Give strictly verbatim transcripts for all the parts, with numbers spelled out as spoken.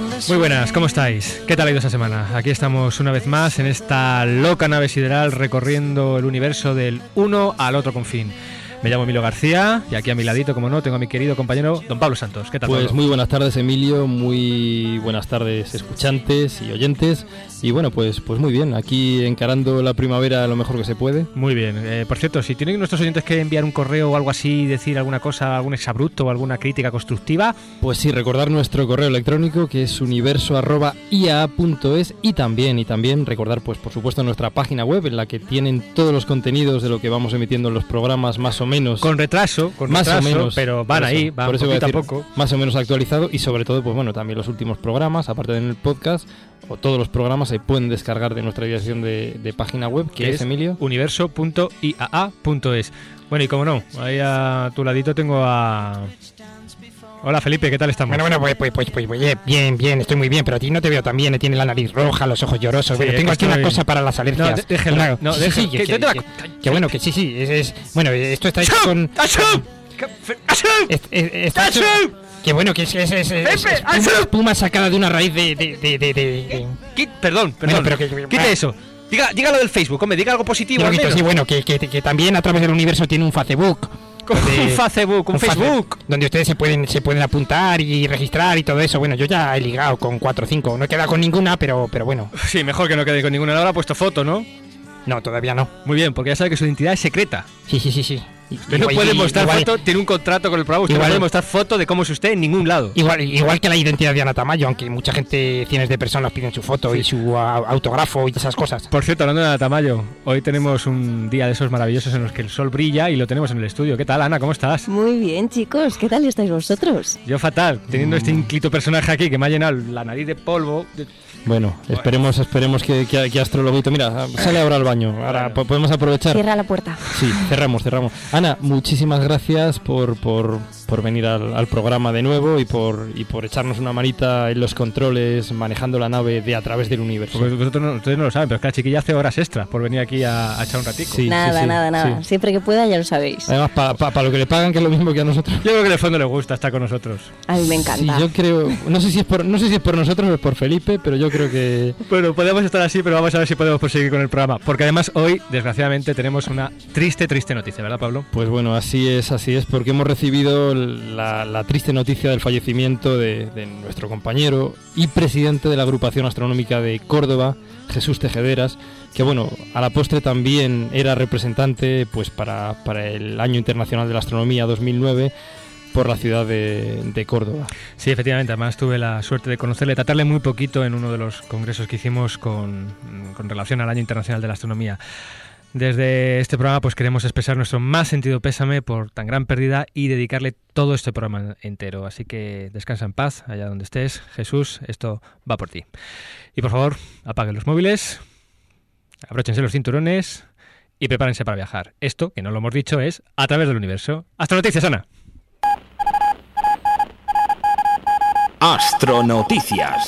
Muy buenas, ¿cómo estáis? ¿Qué tal ha ido esta semana? Aquí estamos una vez más en esta loca nave sideral recorriendo el universo del uno al otro confín. Me llamo Emilio García y aquí a mi ladito, como no, tengo a mi querido compañero don Pablo Santos. ¿Qué tal, Pues Pablo? Muy buenas tardes, Emilio, muy buenas tardes, escuchantes y oyentes. Y bueno, pues, pues muy bien, aquí encarando la primavera lo mejor que se puede. Muy bien. Eh, por cierto, si tienen nuestros oyentes que enviar un correo o algo así, decir alguna cosa, algún exabrupto o alguna crítica constructiva... Pues sí, recordar nuestro correo electrónico, que es universo arroba i a a punto es, y también, y también recordar, pues por supuesto, nuestra página web, en la que tienen todos los contenidos de lo que vamos emitiendo en los programas, más o menos... Con retraso, con más retraso, o menos, pero van eso, ahí, van por eso poquito a decir, poco. Más o menos actualizado, y sobre todo, pues bueno, también los últimos programas, aparte del podcast, o todos los programas se pueden descargar de nuestra dirección de, de página web, que, que es, Emilio, universo punto i a a punto es. Bueno, y como no, ahí a tu ladito tengo a... Hola Felipe, ¿qué tal estamos? Bueno, bueno, pues, pues, pues, pues, pues bien, bien, estoy muy bien, pero a ti no te veo tan bien, tienes la nariz roja, los ojos llorosos. Sí, bueno, tengo aquí una cosa para las alergias. No, déjelo, una, no, sí, déjelo. sí, que, que, que, que, que bueno, que sí, sí, es, es bueno, esto está hecho con... Es, es, está hecho, que bueno, que es, es, es, es, es espuma, espuma sacada de una raíz de... de, de, de, de... Quit, perdón, perdón, bueno, pero que, que, quite eso. Diga, diga lo del Facebook, hombre, diga algo positivo. Al menos. Sí, bueno, que, que, que también a través del universo tiene un Facebook. Donde, un Facebook, un, un Facebook face, donde ustedes se pueden se pueden apuntar y registrar y todo eso. Bueno, yo ya he ligado con cuatro o cinco, no he quedado con ninguna, pero pero bueno. Sí, mejor que no quede con ninguna. Ahora ha puesto foto, ¿no? No, todavía no. Muy bien, porque ya sabe que su identidad es secreta. Sí, sí, sí, sí. Usted no puede mostrar igual, foto, tiene un contrato con el programa, usted igual, no puede mostrar foto de cómo es usted en ningún lado. Igual igual que la identidad de Ana Tamayo, aunque mucha gente, cientos de personas piden su foto sí. y su a, autógrafo y esas cosas. Por cierto, hablando de Ana Tamayo, hoy tenemos un día de esos maravillosos en los que el sol brilla y lo tenemos en el estudio. ¿Qué tal, Ana? ¿Cómo estás? Muy bien, chicos. ¿Qué tal estáis vosotros? Yo fatal, teniendo mm. este ínclito personaje aquí que me ha llenado la nariz de polvo. De... Bueno, esperemos esperemos que, que, que Astrologuito... Mira, sale ahora al baño. Ahora bueno. podemos aprovechar. Cierra la puerta. Sí, cerramos, cerramos. Ana, muchísimas gracias por, por, por venir al, al programa de nuevo y por y por echarnos una manita en los controles, manejando la nave de a través del universo. Porque vosotros no, ustedes no lo saben, pero es que la chiquilla hace horas extras por venir aquí a, a echar un ratico. Sí, nada, sí, sí, nada, nada. Sí. Siempre que pueda, ya lo sabéis. Además, para pa, pa lo que le pagan, que es lo mismo que a nosotros. Yo creo que en el fondo le gusta estar con nosotros. A mí me encanta. Sí, yo creo... No sé si es por, no sé si es por nosotros o es por Felipe, pero yo creo que... Bueno, podemos estar así, pero vamos a ver si podemos proseguir con el programa. Porque además hoy, desgraciadamente, tenemos una triste, triste noticia, ¿verdad, Pablo? Pues bueno, así es, así es, porque hemos recibido la, la triste noticia del fallecimiento de, de nuestro compañero y presidente de la agrupación astronómica de Córdoba, Jesús Tejederas, que bueno, a la postre también era representante pues para, para el Año Internacional de la Astronomía dos mil nueve por la ciudad de, de Córdoba. Sí, efectivamente, además tuve la suerte de conocerle, tratarle muy poquito en uno de los congresos que hicimos con, con relación al Año Internacional de la Astronomía. Desde este programa pues queremos expresar nuestro más sentido pésame por tan gran pérdida y dedicarle todo este programa entero. Así que descansa en paz, allá donde estés. Jesús, esto va por ti. Y por favor, apaguen los móviles, abróchense los cinturones y prepárense para viajar. Esto, que no lo hemos dicho, es A Través del Universo. ¡Hasta noticias, Ana! Astronoticias.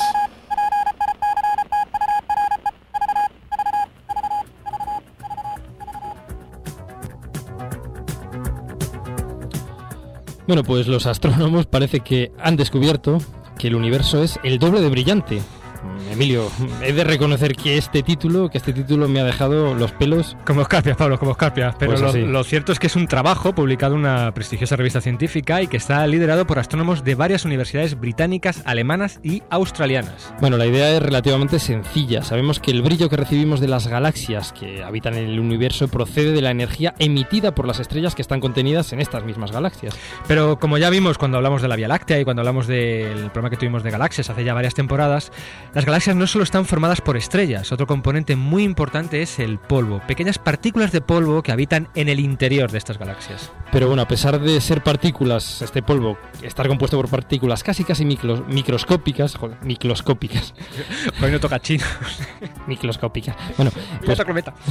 Bueno, pues los astrónomos parece que han descubierto que el universo es el doble de brillante. Emilio, he de reconocer que este título, que este título me ha dejado los pelos... Como escarpias, Pablo, como escarpias. Pero pues lo, lo cierto es que es un trabajo publicado en una prestigiosa revista científica y que está liderado por astrónomos de varias universidades británicas, alemanas y australianas. Bueno, la idea es relativamente sencilla. Sabemos que el brillo que recibimos de las galaxias que habitan en el universo procede de la energía emitida por las estrellas que están contenidas en estas mismas galaxias. Pero como ya vimos cuando hablamos de la Vía Láctea y cuando hablamos del programa que tuvimos de galaxias hace ya varias temporadas, las galaxias no solo están formadas por estrellas, otro componente muy importante es el polvo, pequeñas partículas de polvo que habitan en el interior de estas galaxias. Pero bueno, a pesar de ser partículas, este polvo, estar compuesto por partículas casi casi micro, microscópicas, joder, microscópicas. Hoy no toca chino. Microscópicas. Bueno, pues,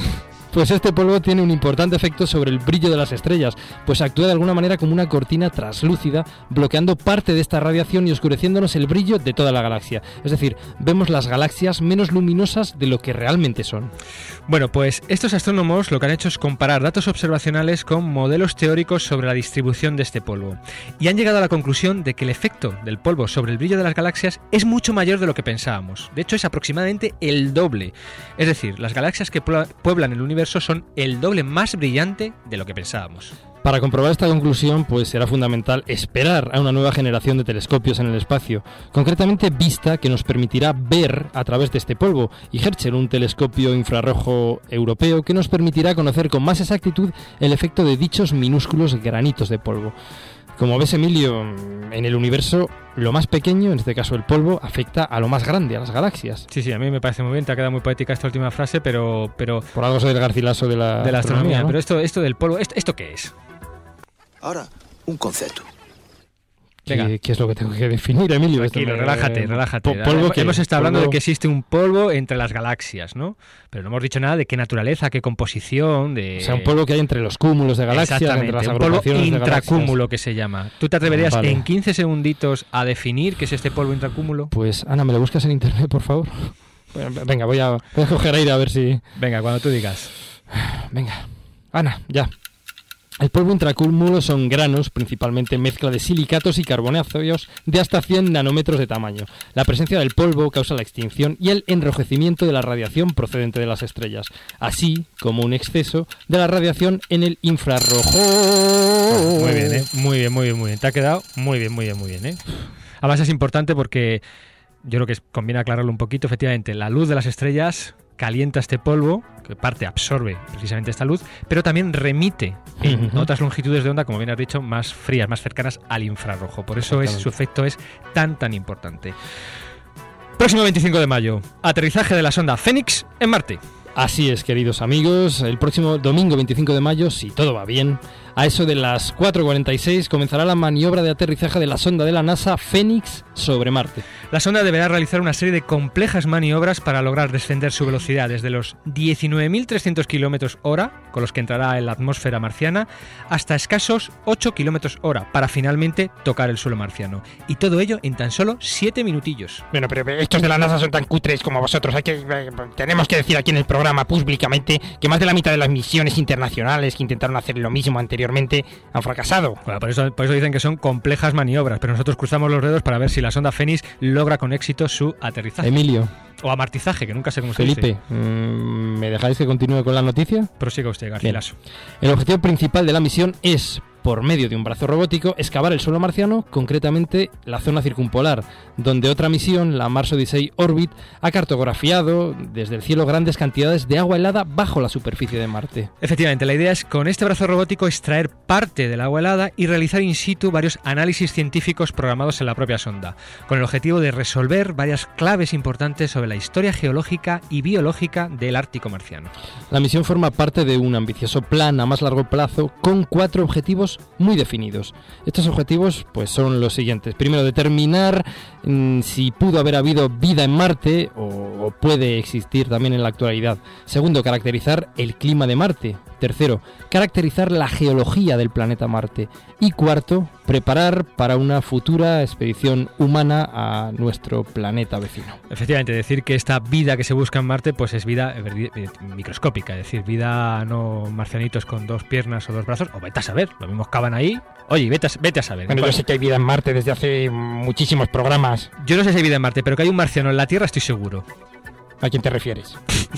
Pues este polvo tiene un importante efecto sobre el brillo de las estrellas, pues actúa de alguna manera como una cortina translúcida, bloqueando parte de esta radiación y oscureciéndonos el brillo de toda la galaxia. Es decir, vemos las galaxias menos luminosas de lo que realmente son. Bueno, pues estos astrónomos lo que han hecho es comparar datos observacionales con modelos teóricos sobre la distribución de este polvo. Y han llegado a la conclusión de que el efecto del polvo sobre el brillo de las galaxias es mucho mayor de lo que pensábamos. De hecho, es aproximadamente el doble. Es decir, las galaxias que pueblan el universo son el doble más brillante de lo que pensábamos. Para comprobar esta conclusión, pues será fundamental esperar a una nueva generación de telescopios en el espacio, concretamente VISTA, que nos permitirá ver a través de este polvo, y Herschel, un telescopio infrarrojo europeo que nos permitirá conocer con más exactitud el efecto de dichos minúsculos granitos de polvo. Como ves, Emilio, en el universo lo más pequeño, en este caso el polvo, afecta a lo más grande, a las galaxias. Sí, sí, a mí me parece muy bien, te ha quedado muy poética esta última frase, pero... pero Por algo soy el Garcilaso de la, de la astronomía, astronomía, ¿no? Pero esto, esto del polvo, ¿esto, ¿esto qué es? Ahora, un concepto. ¿Qué, ¿Qué es lo que tengo que definir, Emilio? Tranquilo, Esto, relájate, eh, relájate. Po polvo hemos que, estado hablando polvo... de que existe un polvo entre las galaxias, ¿no? Pero no hemos dicho nada de qué naturaleza, qué composición, de... O sea, un polvo que hay entre los cúmulos de galaxias, entre las agrupaciones un polvo de galaxias. intracúmulo que se llama. ¿Tú te atreverías vale. en quince segunditos a definir qué es este polvo intracúmulo? Pues, Ana, ¿me lo buscas en internet, por favor? Venga, voy a, voy a coger aire a ver si... Venga, cuando tú digas. Venga. Ana, ya. El polvo intracúmulo son granos, principalmente mezcla de silicatos y carbonáceos de hasta cien nanómetros de tamaño. La presencia del polvo causa la extinción y el enrojecimiento de la radiación procedente de las estrellas, así como un exceso de la radiación en el infrarrojo. Muy bien, ¿eh? Muy bien, muy bien, muy bien. Te ha quedado muy bien, muy bien, muy bien, ¿eh? Además es importante porque yo creo que conviene aclararlo un poquito. Efectivamente, la luz de las estrellas calienta este polvo, que parte absorbe precisamente esta luz, pero también remite en uh-huh. otras longitudes de onda, como bien has dicho, más frías, más cercanas al infrarrojo. Por eso es, su efecto es tan, tan importante. Próximo veinticinco de mayo, aterrizaje de la sonda Fénix en Marte. Así es, queridos amigos, el próximo domingo veinticinco de mayo, si todo va bien, a eso de las cuatro cuarenta y seis comenzará la maniobra de aterrizaje de la sonda de la NASA Fénix sobre Marte. La sonda deberá realizar una serie de complejas maniobras para lograr descender su velocidad desde los diecinueve mil trescientos kilómetros hora, con los que entrará en la atmósfera marciana, hasta escasos ocho kilómetros hora, para finalmente tocar el suelo marciano. Y todo ello en tan solo siete minutillos. Bueno, pero estos de la NASA son tan cutres como vosotros. Hay que, eh, tenemos que decir aquí en el programa públicamente que más de la mitad de las misiones internacionales que intentaron hacer lo mismo anteriormente han fracasado. Bueno, por eso, por eso dicen que son complejas maniobras, pero nosotros cruzamos los dedos para ver si la sonda Fénix logra con éxito su aterrizaje. Emilio. O amartizaje, que nunca sé cómo Felipe, se dice. Felipe, ¿me dejáis que continúe con la noticia? Prosiga usted, Garcilaso. El objetivo principal de la misión es, por medio de un brazo robótico, excavar el suelo marciano, concretamente la zona circumpolar, donde otra misión, la Mars Odyssey Orbit, ha cartografiado desde el cielo grandes cantidades de agua helada bajo la superficie de Marte. Efectivamente, la idea es con este brazo robótico extraer parte del agua helada y realizar in situ varios análisis científicos programados en la propia sonda, con el objetivo de resolver varias claves importantes sobre la historia geológica y biológica del Ártico marciano. La misión forma parte de un ambicioso plan a más largo plazo con cuatro objetivos muy definidos. Estos objetivos pues son los siguientes. Primero, determinar mmm, si pudo haber habido vida en Marte o, o puede existir también en la actualidad. Segundo, caracterizar el clima de Marte. Tercero, caracterizar la geología del planeta Marte. Y cuarto, preparar para una futura expedición humana a nuestro planeta vecino. Efectivamente, decir que esta vida que se busca en Marte pues es vida microscópica, es decir, vida no marcianitos con dos piernas o dos brazos, o vete a saber, lo mismo cavan ahí. Oye, vete a, vete a saber. Bueno, yo sé que hay vida en Marte desde hace muchísimos programas. Yo no sé si hay vida en Marte, pero que hay un marciano en la Tierra estoy seguro. ¿A quién te refieres?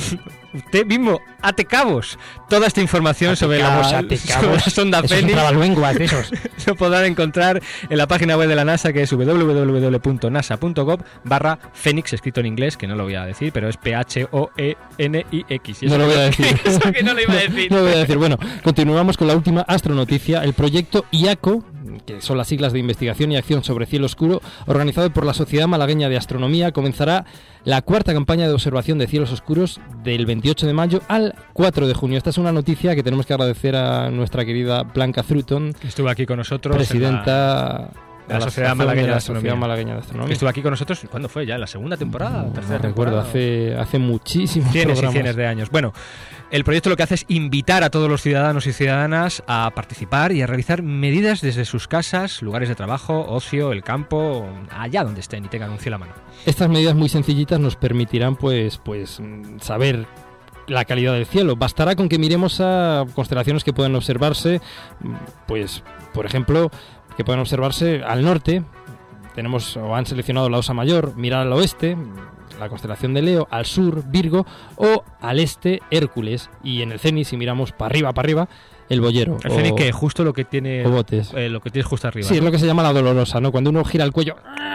Usted mismo, ate cabos. Toda esta información sobre, cabos, la, sobre la sonda Fénix de esos. se podrán encontrar en la página web de la NASA, que es doble u doble u doble u punto nasa punto gov barra Fénix, escrito en inglés, que no lo voy a decir, pero es P H O E N I X. No lo voy a decir. Eso que no lo iba a decir. No lo voy a decir. Bueno, continuamos con la última astronoticia. El proyecto I A C O, que son las siglas de Investigación y Acción sobre Cielo Oscuro, organizado por la Sociedad Malagueña de Astronomía, comenzará la cuarta campaña de observación de cielos oscuros del veintiocho de mayo al cuatro de junio. Esta es una noticia que tenemos que agradecer a nuestra querida Blanca Thruton, que estuvo aquí con nosotros, presidenta... de la Sociedad Malagueña de Astronomía. Malagueña de Astronomía. Estuvo aquí con nosotros, ¿cuándo fue? ¿Ya? ¿La segunda temporada? No, ¿Tercera no temporada? recuerdo, hace, hace muchísimos Cienes programas. y cienes de años. Bueno, el proyecto lo que hace es invitar a todos los ciudadanos y ciudadanas a participar y a realizar medidas desde sus casas, lugares de trabajo, ocio, el campo, allá donde estén y tengan un cielo a mano. Estas medidas muy sencillitas nos permitirán pues, pues saber la calidad del cielo. Bastará con que miremos a constelaciones que puedan observarse, pues por ejemplo, que puedan observarse al norte. Tenemos o han seleccionado la Osa Mayor, mirar al oeste, la constelación de Leo, al sur, Virgo, o al este, Hércules, y en el cenit, si miramos para arriba, para arriba, el boyero. El cenit que justo lo que tiene, o botes. Eh, lo que tienes justo arriba. Sí, ¿no? Es lo que se llama la dolorosa, ¿no? Cuando uno gira el cuello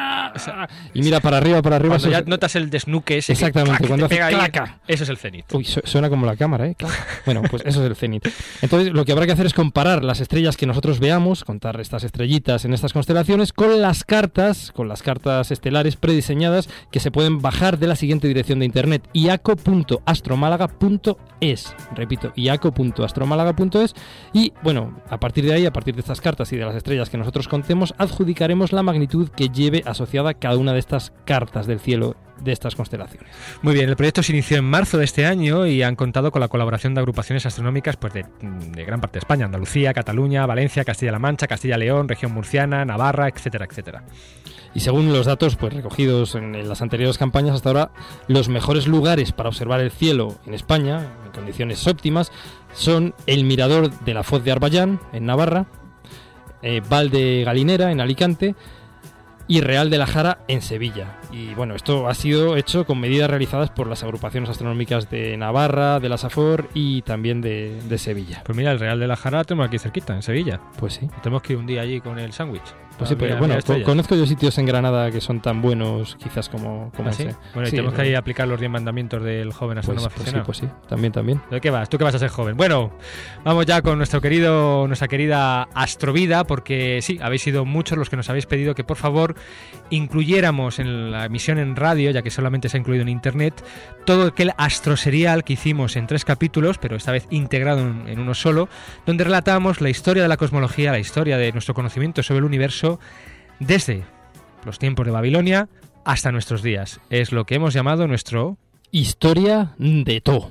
y mira para arriba, para arriba. Cuando ya es... notas el desnuque ese. Exactamente, que, cuando hace pega claca. Ahí, eso es el cenit. Uy, su suena como la cámara, ¿eh? Bueno, pues eso es el cenit. Entonces, lo que habrá que hacer es comparar las estrellas que nosotros veamos, contar estas estrellitas en estas constelaciones, con las cartas, con las cartas estelares prediseñadas que se pueden bajar de la siguiente dirección de internet: iaco punto astromálaga punto es. Repito, iaco punto astromálaga punto es. Y bueno, a partir de ahí, a partir de estas cartas y de las estrellas que nosotros contemos, adjudicaremos la magnitud que lleve asociada cada una de estas cartas del cielo de estas constelaciones. Muy bien, el proyecto se inició en marzo de este año y han contado con la colaboración de agrupaciones astronómicas pues de, de gran parte de España: Andalucía, Cataluña, Valencia, Castilla-La Mancha, Castilla-León, región murciana, Navarra, etcétera, etcétera. Y según los datos pues recogidos en, en las anteriores campañas, hasta ahora los mejores lugares para observar el cielo en España, en condiciones óptimas, son el Mirador de la Foz de Arbayán, en Navarra, eh, Val de Galinera, en Alicante, y Real de la Jara, en Sevilla. Y bueno, esto ha sido hecho con medidas realizadas por las agrupaciones astronómicas de Navarra, de la SAFOR y también de, de Sevilla. Pues mira, el Real de la Jara tenemos aquí cerquita, en Sevilla. Pues sí. Tenemos que ir un día allí con el sándwich. Pues sí, pero mira, bueno, mira co- conozco yo sitios en Granada que son tan buenos quizás como, como ¿Ah, sí? ese. Bueno, y Sí, tenemos ¿no? que ir a aplicar los diez mandamientos del joven astrónomo Pues, pues sí, aficionado. pues sí, también, también. ¿De qué vas? ¿Tú que vas a ser joven? Bueno, vamos ya con nuestro querido, nuestra querida Astrovida, porque sí, habéis sido muchos los que nos habéis pedido que por favor incluyéramos en la emisión en radio, ya que solamente se ha incluido en internet, todo aquel astroserial que hicimos en tres capítulos, pero esta vez integrado en, en uno solo, donde relatamos la historia de la cosmología, la historia de nuestro conocimiento sobre el universo, desde los tiempos de Babilonia hasta nuestros días. Es lo que hemos llamado nuestro... Historia de todo.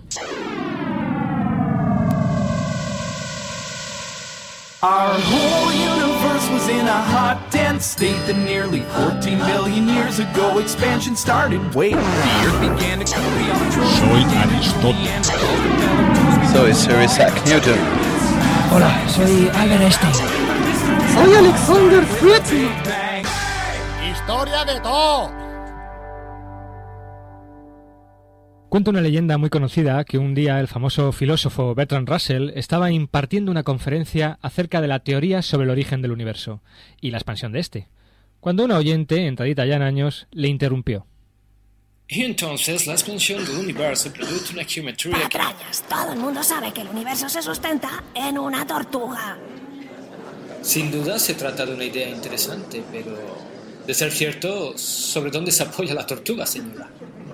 Our whole universe was in a hot, dense state that nearly fourteen billion years ago expansion started. Wait, the earth began to cool beyond Soy Aristóteles. Soy Sir Isaac Newton. Hola, soy Albert Einstein. Soy Alexander Fritz. Historia de todo. Cuenta una leyenda muy conocida que un día el famoso filósofo Bertrand Russell estaba impartiendo una conferencia acerca de la teoría sobre el origen del universo y la expansión de este, cuando una oyente, entradita ya en años, le interrumpió. Y entonces la expansión del universo produce una geometría que... Patrañas, todo el mundo sabe que el universo se sustenta en una tortuga. Sin duda se trata de una idea interesante, pero de ser cierto, ¿sobre dónde se apoya la tortuga, señora?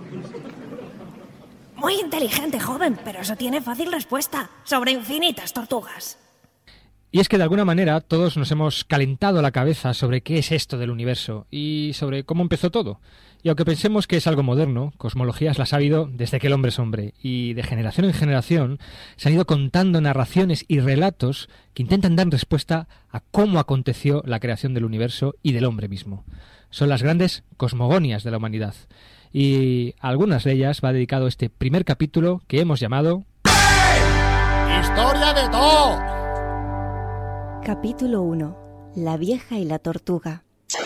Muy inteligente, joven, pero eso tiene fácil respuesta. Sobre infinitas tortugas. Y es que de alguna manera todos nos hemos calentado la cabeza sobre qué es esto del universo y sobre cómo empezó todo. Y aunque pensemos que es algo moderno, cosmologías las ha habido desde que el hombre es hombre, y de generación en generación se han ido contando narraciones y relatos que intentan dar respuesta a cómo aconteció la creación del universo y del hombre mismo. Son las grandes cosmogonias de la humanidad. Y a algunas de ellas va dedicado este primer capítulo que hemos llamado... ¡Historia de todo! Capítulo uno. La vieja y la tortuga.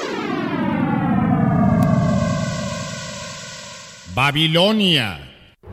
Babilonia.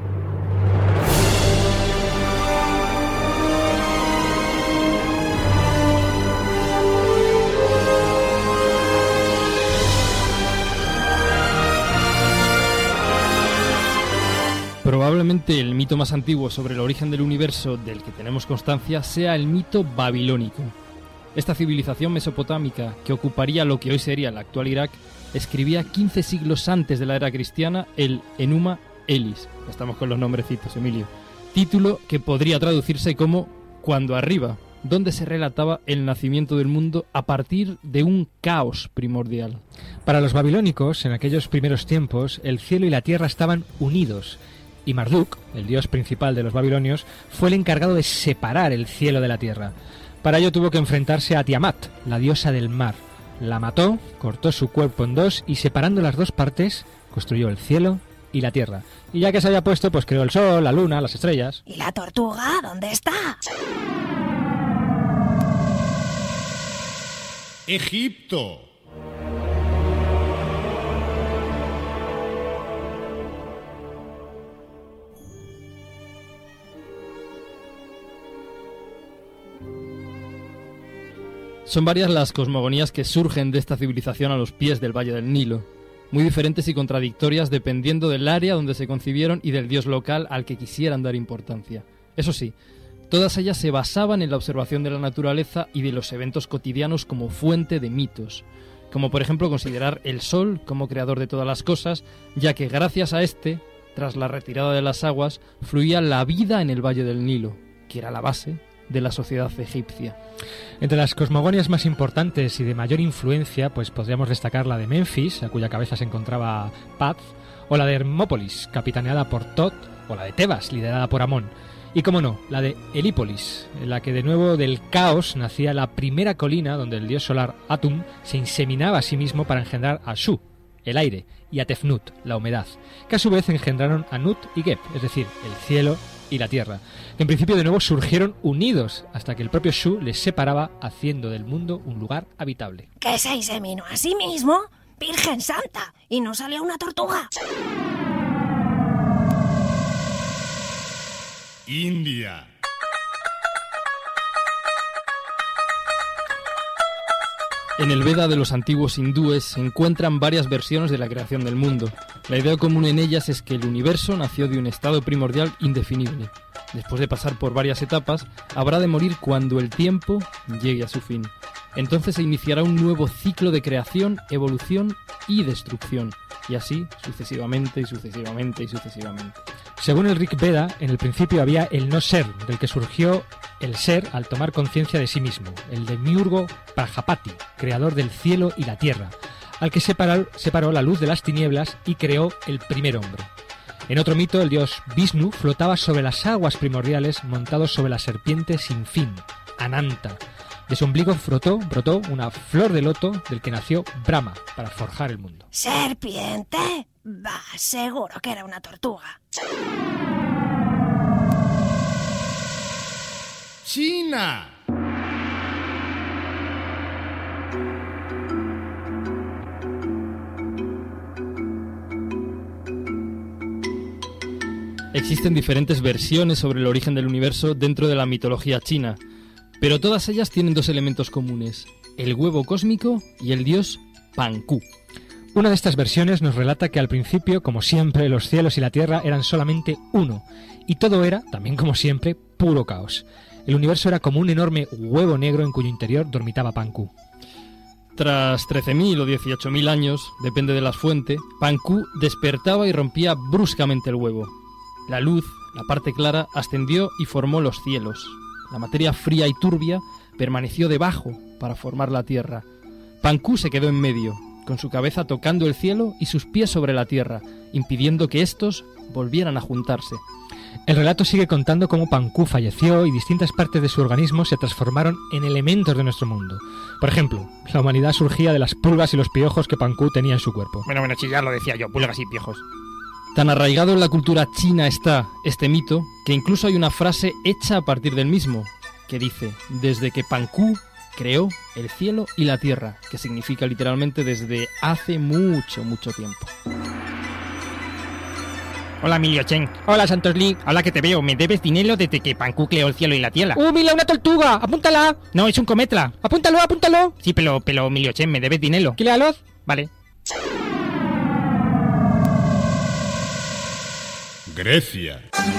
Probablemente el mito más antiguo sobre el origen del universo del que tenemos constancia sea el mito babilónico. Esta civilización mesopotámica, que ocuparía lo que hoy sería el actual Irak, escribía quince siglos antes de la era cristiana el Enuma Elis. Estamos con los nombrecitos, Emilio. Título que podría traducirse como Cuando arriba, donde se relataba el nacimiento del mundo a partir de un caos primordial. Para los babilónicos, en aquellos primeros tiempos, el cielo y la tierra estaban unidos, y Marduk, el dios principal de los babilonios, fue el encargado de separar el cielo de la tierra. Para ello tuvo que enfrentarse a Tiamat, la diosa del mar. La mató, cortó su cuerpo en dos y separando las dos partes, construyó el cielo y la tierra. Y ya que se había puesto, pues creó el sol, la luna, las estrellas. ¿Y la tortuga dónde está? Egipto. Son varias las cosmogonías que surgen de esta civilización a los pies del Valle del Nilo, muy diferentes y contradictorias dependiendo del área donde se concibieron y del dios local al que quisieran dar importancia. Eso sí, todas ellas se basaban en la observación de la naturaleza y de los eventos cotidianos como fuente de mitos, como por ejemplo considerar el sol como creador de todas las cosas, ya que gracias a este, tras la retirada de las aguas, fluía la vida en el Valle del Nilo, que era la base de la sociedad egipcia. Entre las cosmogonias más importantes y de mayor influencia, pues podríamos destacar la de Memphis, a cuya cabeza se encontraba Pat, o la de Hermópolis, capitaneada por Tot, o la de Tebas, liderada por Amón. Y, como no, la de Helípolis, en la que de nuevo del caos nacía la primera colina donde el dios solar Atum se inseminaba a sí mismo para engendrar a Shu, el aire, y a Tefnut, la humedad, que a su vez engendraron a Nut y Geb, es decir, el cielo y la tierra, que en principio de nuevo surgieron unidos hasta que el propio Shu les separaba, haciendo del mundo un lugar habitable. ¿Que se inseminó a sí mismo? ¡Virgen Santa! ¿Y no salió una tortuga? India. En el Veda de los antiguos hindúes se encuentran varias versiones de la creación del mundo. La idea común en ellas es que el universo nació de un estado primordial indefinible. Después de pasar por varias etapas, habrá de morir cuando el tiempo llegue a su fin. Entonces se iniciará un nuevo ciclo de creación, evolución y destrucción. Y así sucesivamente y sucesivamente y sucesivamente. Según el Rig Veda, en el principio había el no ser, del que surgió el ser al tomar conciencia de sí mismo, el demiurgo Prajapati, creador del cielo y la tierra, al que separó, separó la luz de las tinieblas y creó el primer hombre. En otro mito, el dios Vishnu flotaba sobre las aguas primordiales montado sobre la serpiente sin fin, Ananta. De su ombligo frotó, brotó una flor de loto del que nació Brahma para forjar el mundo. ¿Serpiente? Bah, seguro que era una tortuga. China. Existen diferentes versiones sobre el origen del universo dentro de la mitología china, pero todas ellas tienen dos elementos comunes, el huevo cósmico y el dios Panku. Una de estas versiones nos relata que al principio, como siempre, los cielos y la tierra eran solamente uno, y todo era, también como siempre, puro caos. El universo era como un enorme huevo negro en cuyo interior dormitaba Panku. Tras trece mil o dieciocho mil años, depende de la fuente, Panku despertaba y rompía bruscamente el huevo. La luz, la parte clara, ascendió y formó los cielos. La materia fría y turbia permaneció debajo para formar la tierra. Panku se quedó en medio, con su cabeza tocando el cielo y sus pies sobre la tierra, impidiendo que estos volvieran a juntarse. El relato sigue contando cómo Panku falleció y distintas partes de su organismo se transformaron en elementos de nuestro mundo. Por ejemplo, la humanidad surgía de las pulgas y los piojos que Panku tenía en su cuerpo. Bueno, bueno, sí, ya lo decía yo, pulgas y piojos. Tan arraigado en la cultura china está este mito, que incluso hay una frase hecha a partir del mismo, que dice, desde que Panku creó el cielo y la tierra, que significa literalmente desde hace mucho, mucho tiempo. Hola, Emilio Chen. Hola, Santos Lee. Hola, que te veo. Me debes dinero desde que Panku creó el cielo y la tierra. ¡Uh, mira, una tortuga! ¡Apúntala! No, es un cometla. ¡Apúntalo, apúntalo! Sí, pero, pero Emilio Chen, me debes dinero. ¿Qué le aloz? Vale. Grecia.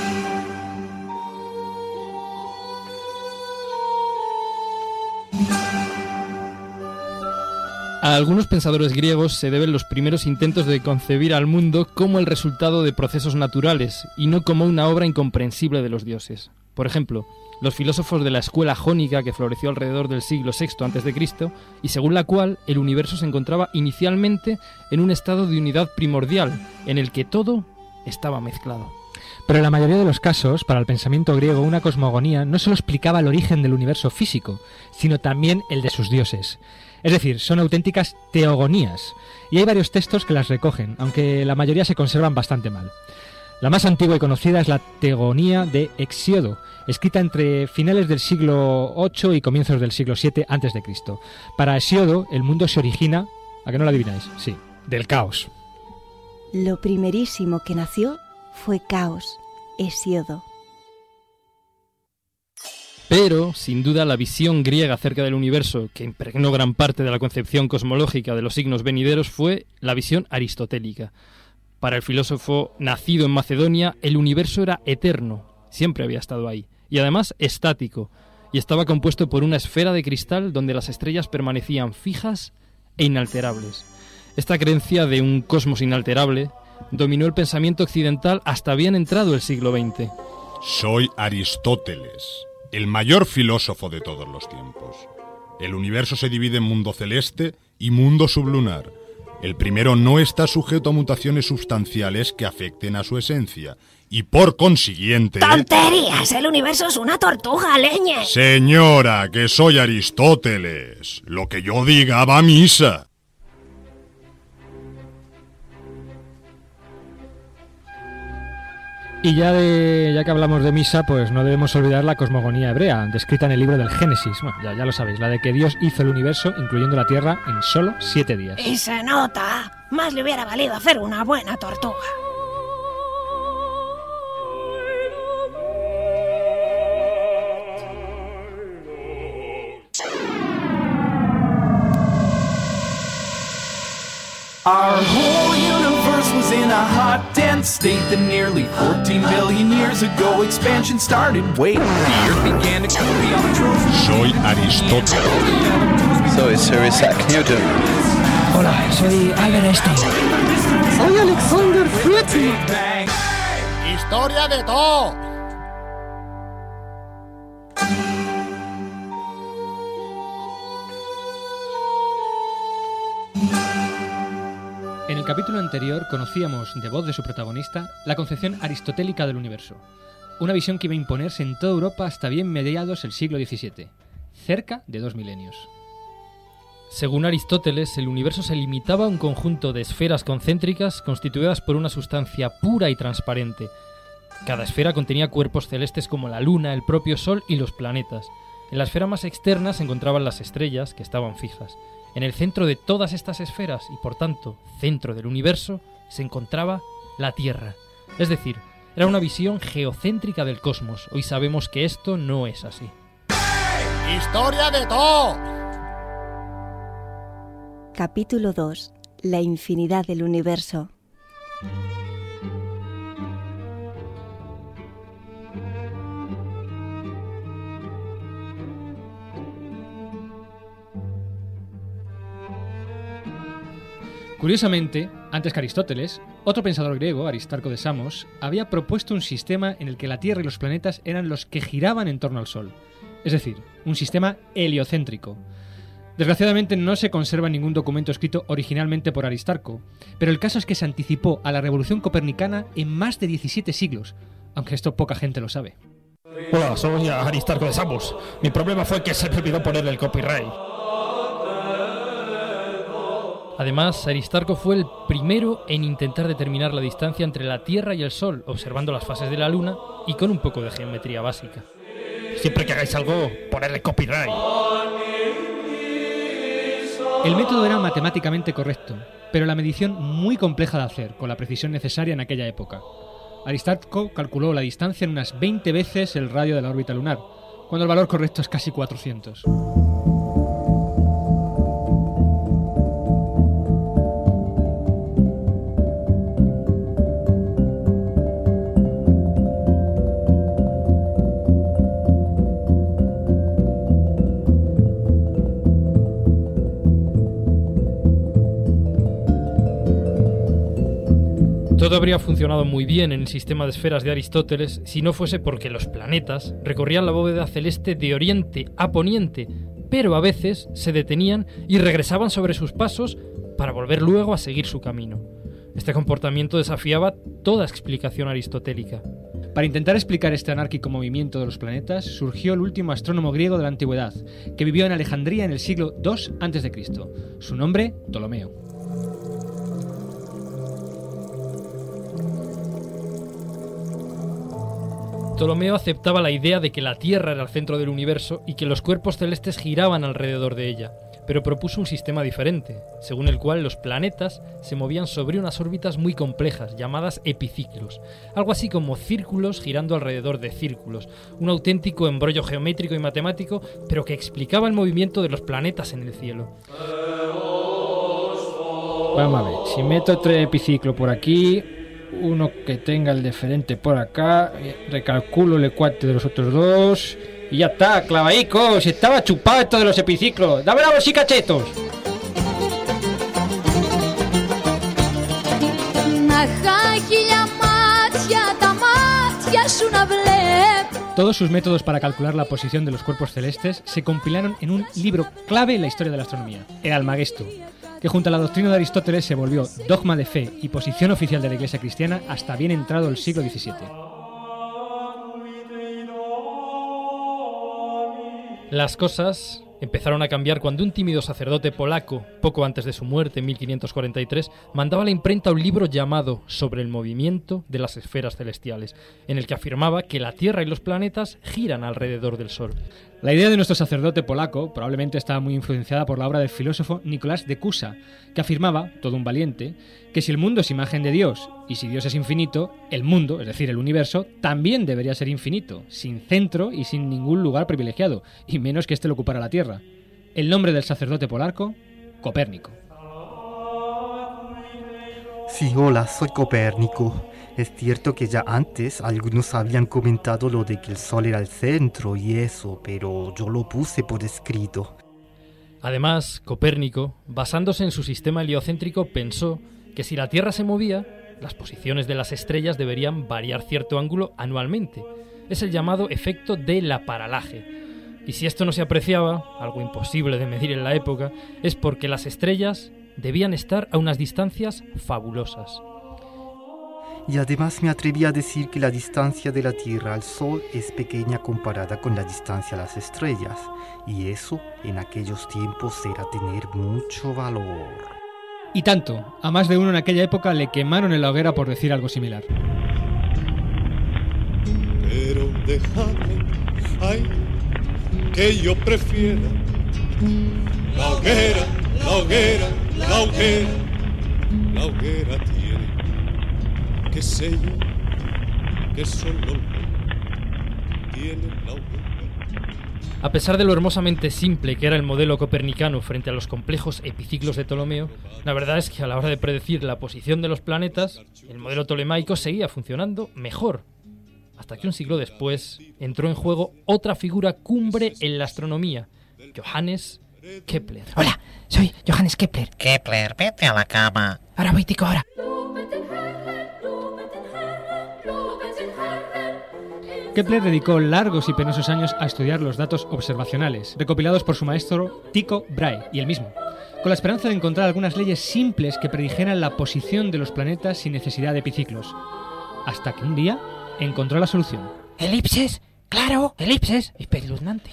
A algunos pensadores griegos se deben los primeros intentos de concebir al mundo como el resultado de procesos naturales y no como una obra incomprensible de los dioses. Por ejemplo, los filósofos de la escuela jónica que floreció alrededor del siglo sexto antes de Cristo y según la cual el universo se encontraba inicialmente en un estado de unidad primordial, en el que todo estaba mezclado. Pero en la mayoría de los casos, para el pensamiento griego, una cosmogonía no solo explicaba el origen del universo físico, sino también el de sus dioses. Es decir, son auténticas teogonías, y hay varios textos que las recogen, aunque la mayoría se conservan bastante mal. La más antigua y conocida es la Teogonía de Hesíodo, escrita entre finales del siglo ocho y comienzos del siglo siete antes de Cristo. Para Hesíodo, el mundo se origina, ¿a que no lo adivináis? Sí, del caos. Lo primerísimo que nació fue caos, Hesíodo. Pero, sin duda, la visión griega acerca del universo, que impregnó gran parte de la concepción cosmológica de los signos venideros, fue la visión aristotélica. Para el filósofo nacido en Macedonia, el universo era eterno, siempre había estado ahí, y además estático, y estaba compuesto por una esfera de cristal donde las estrellas permanecían fijas e inalterables. Esta creencia de un cosmos inalterable dominó el pensamiento occidental hasta bien entrado el siglo veinte. Soy Aristóteles, el mayor filósofo de todos los tiempos. El universo se divide en mundo celeste y mundo sublunar. El primero no está sujeto a mutaciones sustanciales que afecten a su esencia, y por consiguiente... ¡Tonterías! El universo es una tortuga, leñe. Señora, que soy Aristóteles. Lo que yo diga va a misa. Y ya, de, ya que hablamos de misa, pues no debemos olvidar la cosmogonía hebrea, descrita en el libro del Génesis. Bueno, ya, ya lo sabéis, la de que Dios hizo el universo, incluyendo la Tierra, en solo siete días. Y se nota. Más le hubiera valido hacer una buena tortuga. Our whole universe was in a hot, dense state that nearly fourteen billion years ago expansion started. Wait, the Earth began to cool beyond the trophy. Soy Aristóteles. Soy Sir Isaac Newton. Hola, soy Albert Einstein. Soy Alexander Fritz. ¡Historia de todo! En el capítulo anterior conocíamos, de voz de su protagonista, la concepción aristotélica del universo. Una visión que iba a imponerse en toda Europa hasta bien mediados del siglo diecisiete, cerca de dos milenios. Según Aristóteles, el universo se limitaba a un conjunto de esferas concéntricas constituidas por una sustancia pura y transparente. Cada esfera contenía cuerpos celestes como la Luna, el propio Sol y los planetas. En la esfera más externa se encontraban las estrellas, que estaban fijas. En el centro de todas estas esferas, y por tanto, centro del universo, se encontraba la Tierra. Es decir, era una visión geocéntrica del cosmos. Hoy sabemos que esto no es así. ¡Historia de todo! Capítulo dos. La infinidad del universo. Curiosamente, antes que Aristóteles, otro pensador griego, Aristarco de Samos, había propuesto un sistema en el que la Tierra y los planetas eran los que giraban en torno al Sol. Es decir, un sistema heliocéntrico. Desgraciadamente no se conserva ningún documento escrito originalmente por Aristarco, pero el caso es que se anticipó a la revolución copernicana en más de diecisiete siglos, aunque esto poca gente lo sabe. Hola, soy Aristarco de Samos. Mi problema fue que se me olvidó ponerle el copyright. Además, Aristarco fue el primero en intentar determinar la distancia entre la Tierra y el Sol, observando las fases de la Luna y con un poco de geometría básica. Siempre que hagáis algo, ponerle copyright. El método era matemáticamente correcto, pero la medición muy compleja de hacer, con la precisión necesaria en aquella época. Aristarco calculó la distancia en unas veinte veces el radio de la órbita lunar, cuando el valor correcto es casi cuatrocientos. Todo habría funcionado muy bien en el sistema de esferas de Aristóteles si no fuese porque los planetas recorrían la bóveda celeste de oriente a poniente, pero a veces se detenían y regresaban sobre sus pasos para volver luego a seguir su camino. Este comportamiento desafiaba toda explicación aristotélica. Para intentar explicar este anárquico movimiento de los planetas, surgió el último astrónomo griego de la antigüedad, que vivió en Alejandría en el siglo dos antes de Cristo. Su nombre, Ptolomeo. Ptolomeo aceptaba la idea de que la Tierra era el centro del universo y que los cuerpos celestes giraban alrededor de ella, pero propuso un sistema diferente, según el cual los planetas se movían sobre unas órbitas muy complejas, llamadas epiciclos, algo así como círculos girando alrededor de círculos, un auténtico embrollo geométrico y matemático, pero que explicaba el movimiento de los planetas en el cielo. Vamos a ver, si meto tres epiciclos por aquí, uno que tenga el deferente por acá, recalculo el ecuate de los otros dos... Y ya está, clavaico, si estaba chupado esto de los epiciclos. ¡Dame la bolsica, chetos! Todos sus métodos para calcular la posición de los cuerpos celestes se compilaron en un libro clave en la historia de la astronomía, el Almagesto, que junto a la doctrina de Aristóteles se volvió dogma de fe y posición oficial de la Iglesia cristiana hasta bien entrado el siglo diecisiete. Las cosas empezaron a cambiar cuando un tímido sacerdote polaco, poco antes de su muerte en mil quinientos cuarenta y tres, mandaba a la imprenta un libro llamado Sobre el movimiento de las esferas celestiales, en el que afirmaba que la Tierra y los planetas giran alrededor del Sol. La idea de nuestro sacerdote polaco probablemente estaba muy influenciada por la obra del filósofo Nicolás de Cusa, que afirmaba, todo un valiente, que si el mundo es imagen de Dios y si Dios es infinito, el mundo, es decir, el universo, también debería ser infinito, sin centro y sin ningún lugar privilegiado, y menos que éste lo ocupara la Tierra. El nombre del sacerdote polaco, Copérnico. Sí, hola, soy Copérnico. Es cierto que ya antes algunos habían comentado lo de que el Sol era el centro y eso, pero yo lo puse por escrito. Además, Copérnico, basándose en su sistema heliocéntrico, pensó que si la Tierra se movía, las posiciones de las estrellas deberían variar cierto ángulo anualmente. Es el llamado efecto de la paralaje. Y si esto no se apreciaba, algo imposible de medir en la época, es porque las estrellas debían estar a unas distancias fabulosas. Y además me atreví a decir que la distancia de la Tierra al Sol es pequeña comparada con la distancia a las estrellas, y eso en aquellos tiempos era tener mucho valor. Y tanto, a más de uno en aquella época le quemaron en la hoguera por decir algo similar. Pero déjame, ay, que yo prefiero la hoguera, la hoguera, la hoguera, la hoguera tiene que sé yo que solo tiene la hoguera. A pesar de lo hermosamente simple que era el modelo copernicano frente a los complejos epiciclos de Ptolomeo, la verdad es que a la hora de predecir la posición de los planetas, el modelo tolemaico seguía funcionando mejor. Hasta que un siglo después entró en juego otra figura cumbre en la astronomía, Johannes Kepler. Hola, soy Johannes Kepler. Kepler, vete a la cama. Ahora voy, tico, ahora. Kepler dedicó largos y penosos años a estudiar los datos observacionales, recopilados por su maestro Tycho Brahe y él mismo, con la esperanza de encontrar algunas leyes simples que predijeran la posición de los planetas sin necesidad de epiciclos. Hasta que un día encontró la solución. ¿Elipses? ¡Claro! ¡Elipses! Espeluznante.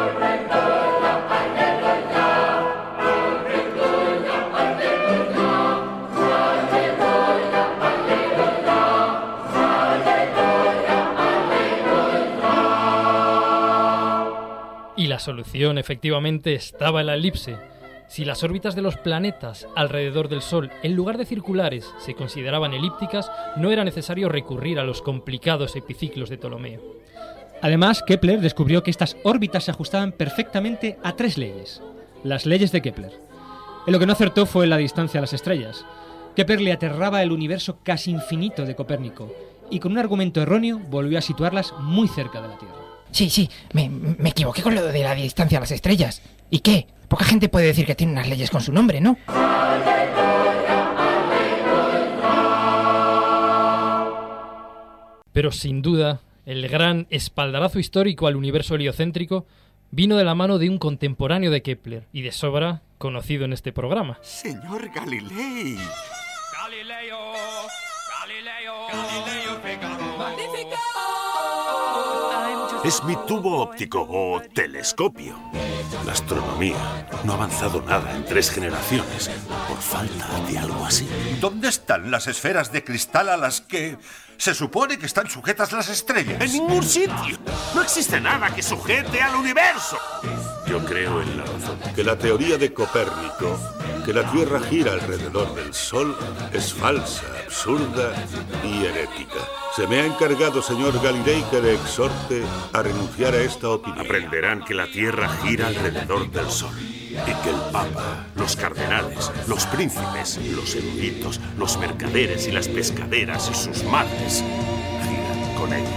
Y la solución efectivamente estaba en la elipse. Si las órbitas de los planetas alrededor del Sol, en lugar de circulares, se consideraban elípticas, no era necesario recurrir a los complicados epiciclos de Ptolomeo. Además, Kepler descubrió que estas órbitas se ajustaban perfectamente a tres leyes, las leyes de Kepler. En lo que no acertó fue la distancia a las estrellas. Kepler le aterraba el universo casi infinito de Copérnico, y con un argumento erróneo volvió a situarlas muy cerca de la Tierra. Sí, sí, me, me equivoqué con lo de la distancia a las estrellas. ¿Y qué? Poca gente puede decir que tiene unas leyes con su nombre, ¿no? Pero sin duda, el gran espaldarazo histórico al universo heliocéntrico vino de la mano de un contemporáneo de Kepler, y de sobra conocido en este programa. Señor Galilei. Galileo, Galileo, Galileo Figaro. Magnífico. Es mi tubo óptico o telescopio. La astronomía no ha avanzado nada en tres generaciones por falta de algo así. ¿Dónde están las esferas de cristal a las que se supone que están sujetas las estrellas? En ningún sitio. No existe nada que sujete al universo. Yo creo en la razón. Que la teoría de Copérnico, que la Tierra gira alrededor del Sol, es falsa, absurda y herética. Se me ha encargado, señor Galilei, que le exhorte a renunciar a esta opinión. Aprenderán que la Tierra gira alrededor del Sol y que el Papa, los cardenales, los príncipes, los eruditos, los mercaderes y las pescaderas y sus madres giran con ella.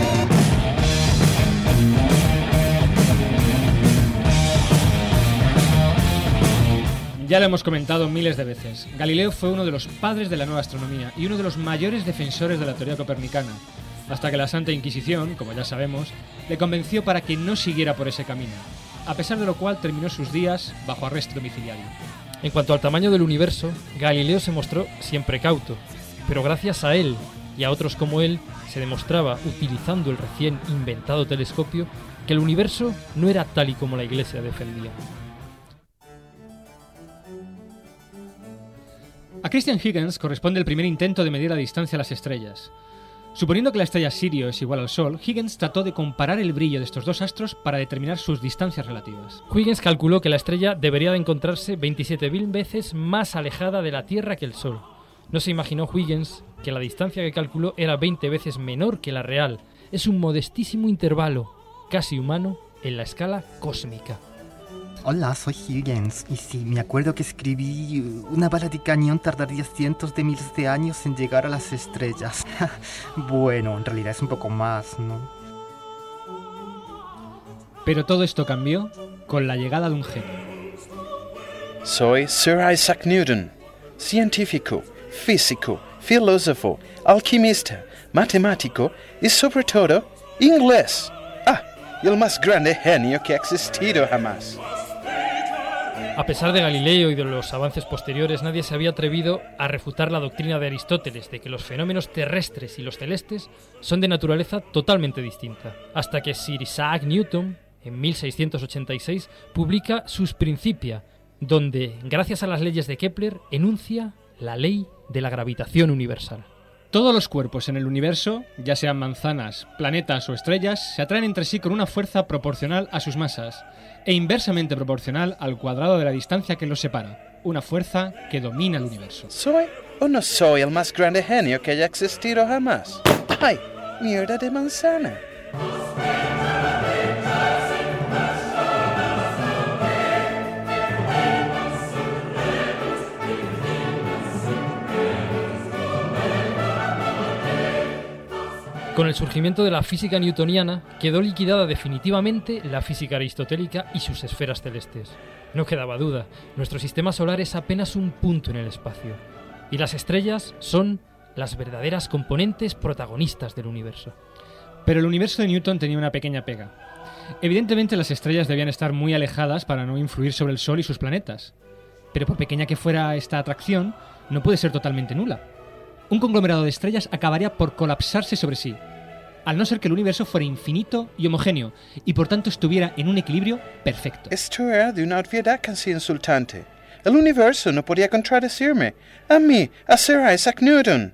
Ya lo hemos comentado miles de veces. Galileo fue uno de los padres de la nueva astronomía y uno de los mayores defensores de la teoría copernicana, hasta que la Santa Inquisición, como ya sabemos, le convenció para que no siguiera por ese camino, a pesar de lo cual terminó sus días bajo arresto domiciliario. En cuanto al tamaño del universo, Galileo se mostró siempre cauto, pero gracias a él y a otros como él, se demostraba, utilizando el recién inventado telescopio, que el universo no era tal y como la Iglesia defendía. A Christian Huygens corresponde el primer intento de medir la distancia a las estrellas. Suponiendo que la estrella Sirio es igual al Sol, Huygens trató de comparar el brillo de estos dos astros para determinar sus distancias relativas. Huygens calculó que la estrella debería de encontrarse veintisiete mil veces más alejada de la Tierra que el Sol. No se imaginó Huygens que la distancia que calculó era veinte veces menor que la real. Es un modestísimo intervalo, casi humano, en la escala cósmica. Hola, soy Huygens, y sí, me acuerdo que escribí: una bala de cañón tardaría cientos de miles de años en llegar a las estrellas. Bueno, en realidad es un poco más, ¿no? Pero todo esto cambió con la llegada de un genio. Soy Sir Isaac Newton, científico, físico, filósofo, alquimista, matemático y sobre todo inglés. Ah, y el más grande genio que ha existido jamás. A pesar de Galileo y de los avances posteriores, nadie se había atrevido a refutar la doctrina de Aristóteles de que los fenómenos terrestres y los celestes son de naturaleza totalmente distinta, hasta que Sir Isaac Newton, en mil seiscientos ochenta y seis, publica sus Principia, donde, gracias a las leyes de Kepler, enuncia la ley de la gravitación universal. Todos los cuerpos en el universo, ya sean manzanas, planetas o estrellas, se atraen entre sí con una fuerza proporcional a sus masas e inversamente proporcional al cuadrado de la distancia que los separa, una fuerza que domina el universo. ¿Soy o no soy el más grande genio que haya existido jamás? ¡Ay, mierda de manzana! Con el surgimiento de la física newtoniana, quedó liquidada definitivamente la física aristotélica y sus esferas celestes. No quedaba duda, nuestro sistema solar es apenas un punto en el espacio, y las estrellas son las verdaderas componentes protagonistas del universo. Pero el universo de Newton tenía una pequeña pega. Evidentemente las estrellas debían estar muy alejadas para no influir sobre el Sol y sus planetas. Pero por pequeña que fuera esta atracción, no puede ser totalmente nula. Un conglomerado de estrellas acabaría por colapsarse sobre sí, al no ser que el universo fuera infinito y homogéneo, y por tanto estuviera en un equilibrio perfecto. Esto era de una obviedad casi insultante. El universo no podía contradecirme. A mí, a Sir Isaac Newton.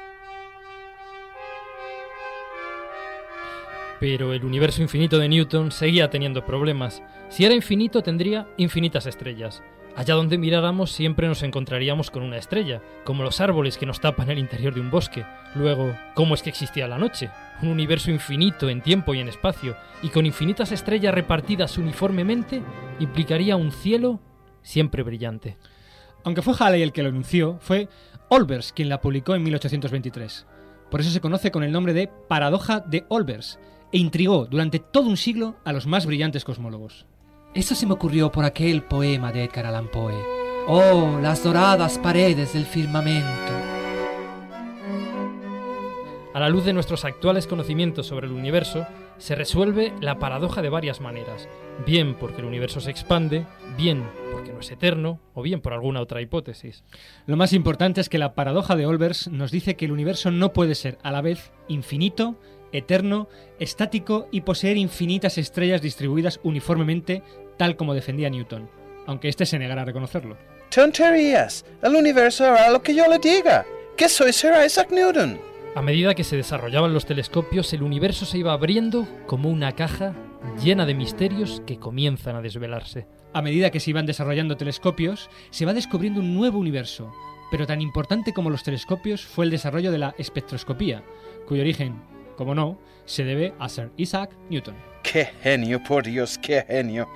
Pero el universo infinito de Newton seguía teniendo problemas. Si era infinito, tendría infinitas estrellas. Allá donde miráramos siempre nos encontraríamos con una estrella, como los árboles que nos tapan el interior de un bosque. Luego, ¿cómo es que existía la noche? Un universo infinito en tiempo y en espacio, y con infinitas estrellas repartidas uniformemente, implicaría un cielo siempre brillante. Aunque fue Halley el que lo anunció, fue Olbers quien la publicó en mil ochocientos veintitrés. Por eso se conoce con el nombre de Paradoja de Olbers, e intrigó durante todo un siglo a los más brillantes cosmólogos. Eso se me ocurrió por aquel poema de Edgar Allan Poe. Oh, las doradas paredes del firmamento. A la luz de nuestros actuales conocimientos sobre el universo, se resuelve la paradoja de varias maneras, bien porque el universo se expande, bien porque no es eterno, o bien por alguna otra hipótesis. Lo más importante es que la paradoja de Olbers nos dice que el universo no puede ser a la vez infinito, eterno, estático y poseer infinitas estrellas distribuidas uniformemente, tal como defendía Newton, aunque éste se negara a reconocerlo. ¡Tonterías! El universo hará lo que yo le diga, que soy Sir Isaac Newton. A medida que se desarrollaban los telescopios, el universo se iba abriendo como una caja llena de misterios que comienzan a desvelarse. A medida que se iban desarrollando telescopios, se va descubriendo un nuevo universo, pero tan importante como los telescopios fue el desarrollo de la espectroscopía, cuyo origen, como no, se debe a Sir Isaac Newton. ¡Qué genio, por Dios, qué genio!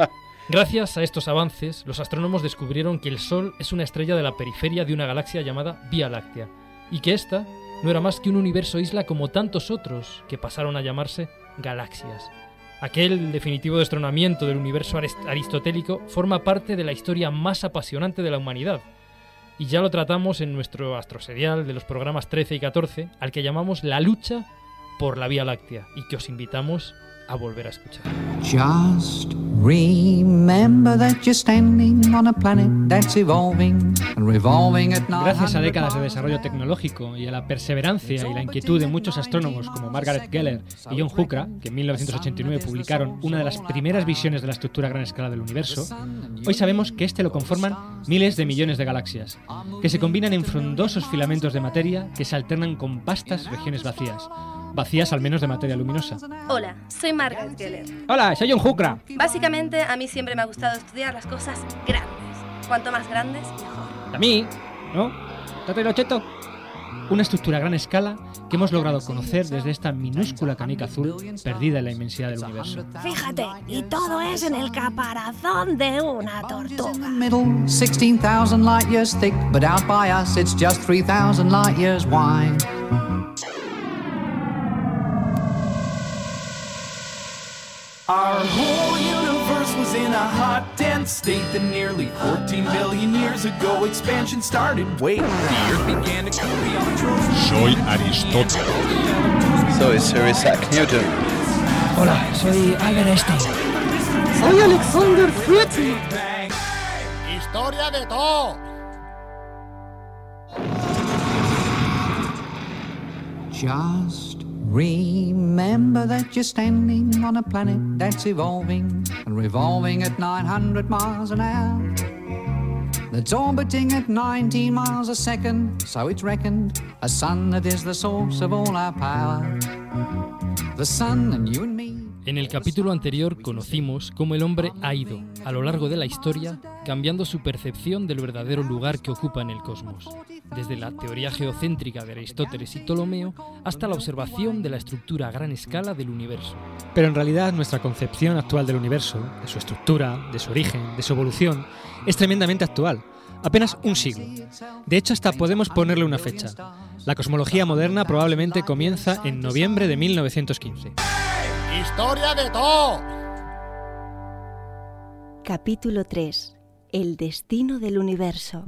Gracias a estos avances, los astrónomos descubrieron que el Sol es una estrella de la periferia de una galaxia llamada Vía Láctea, y que ésta no era más que un universo isla como tantos otros que pasaron a llamarse galaxias. Aquel definitivo destronamiento del universo aristotélico forma parte de la historia más apasionante de la humanidad, y ya lo tratamos en nuestro astroserial de los programas trece y catorce, al que llamamos La lucha por la Vía Láctea, y que os invitamos a volver a escuchar. Just remember that you're standing on a planet that's evolving and revolving at night. Gracias a décadas de desarrollo tecnológico y a la perseverancia y la inquietud de muchos astrónomos como Margaret Geller y John Huckra, que en mil novecientos ochenta y nueve publicaron una de las primeras visiones de la estructura a gran escala del universo, hoy sabemos que este lo conforman miles de millones de galaxias, que se combinan en frondosos filamentos de materia que se alternan con vastas regiones vacías. Vacías al menos de materia luminosa. Hola, soy Margaret Geller. Hola, soy John Huckra. Básicamente, a mí siempre me ha gustado estudiar las cosas grandes. Cuanto más grandes, mejor. ¿A mí? ¿No? ¿Tato y Locheto? Una estructura a gran escala que hemos logrado conocer desde esta minúscula canica azul perdida en la inmensidad del universo. Fíjate, y todo es en el caparazón de una tortuga. sixteen thousand light years thick, but out by us it's just three thousand light years wide. Our whole universe was in a hot, dense state that nearly fourteen billion years ago expansion started. Wait, the Earth began to cool beyond the tropics. Soy Aristóteles. Soy Sir Isaac Newton. Hola, soy Albert Einstein. Soy Alexander Fritz. Historia de todo. Just remember that you're standing on a planet that's evolving and revolving at nine hundred miles an hour. That's orbiting at nineteen miles a second, so it's reckoned a sun that is the source of all our power. The sun and you and me. En el capítulo anterior conocimos cómo el hombre ha ido, a lo largo de la historia, cambiando su percepción del verdadero lugar que ocupa en el cosmos, desde la teoría geocéntrica de Aristóteles y Ptolomeo hasta la observación de la estructura a gran escala del universo. Pero en realidad nuestra concepción actual del universo, de su estructura, de su origen, de su evolución, es tremendamente actual. Apenas un siglo. De hecho, hasta podemos ponerle una fecha. La cosmología moderna probablemente comienza en noviembre de mil novecientos quince. Historia de todo. Capítulo tres. El destino del universo.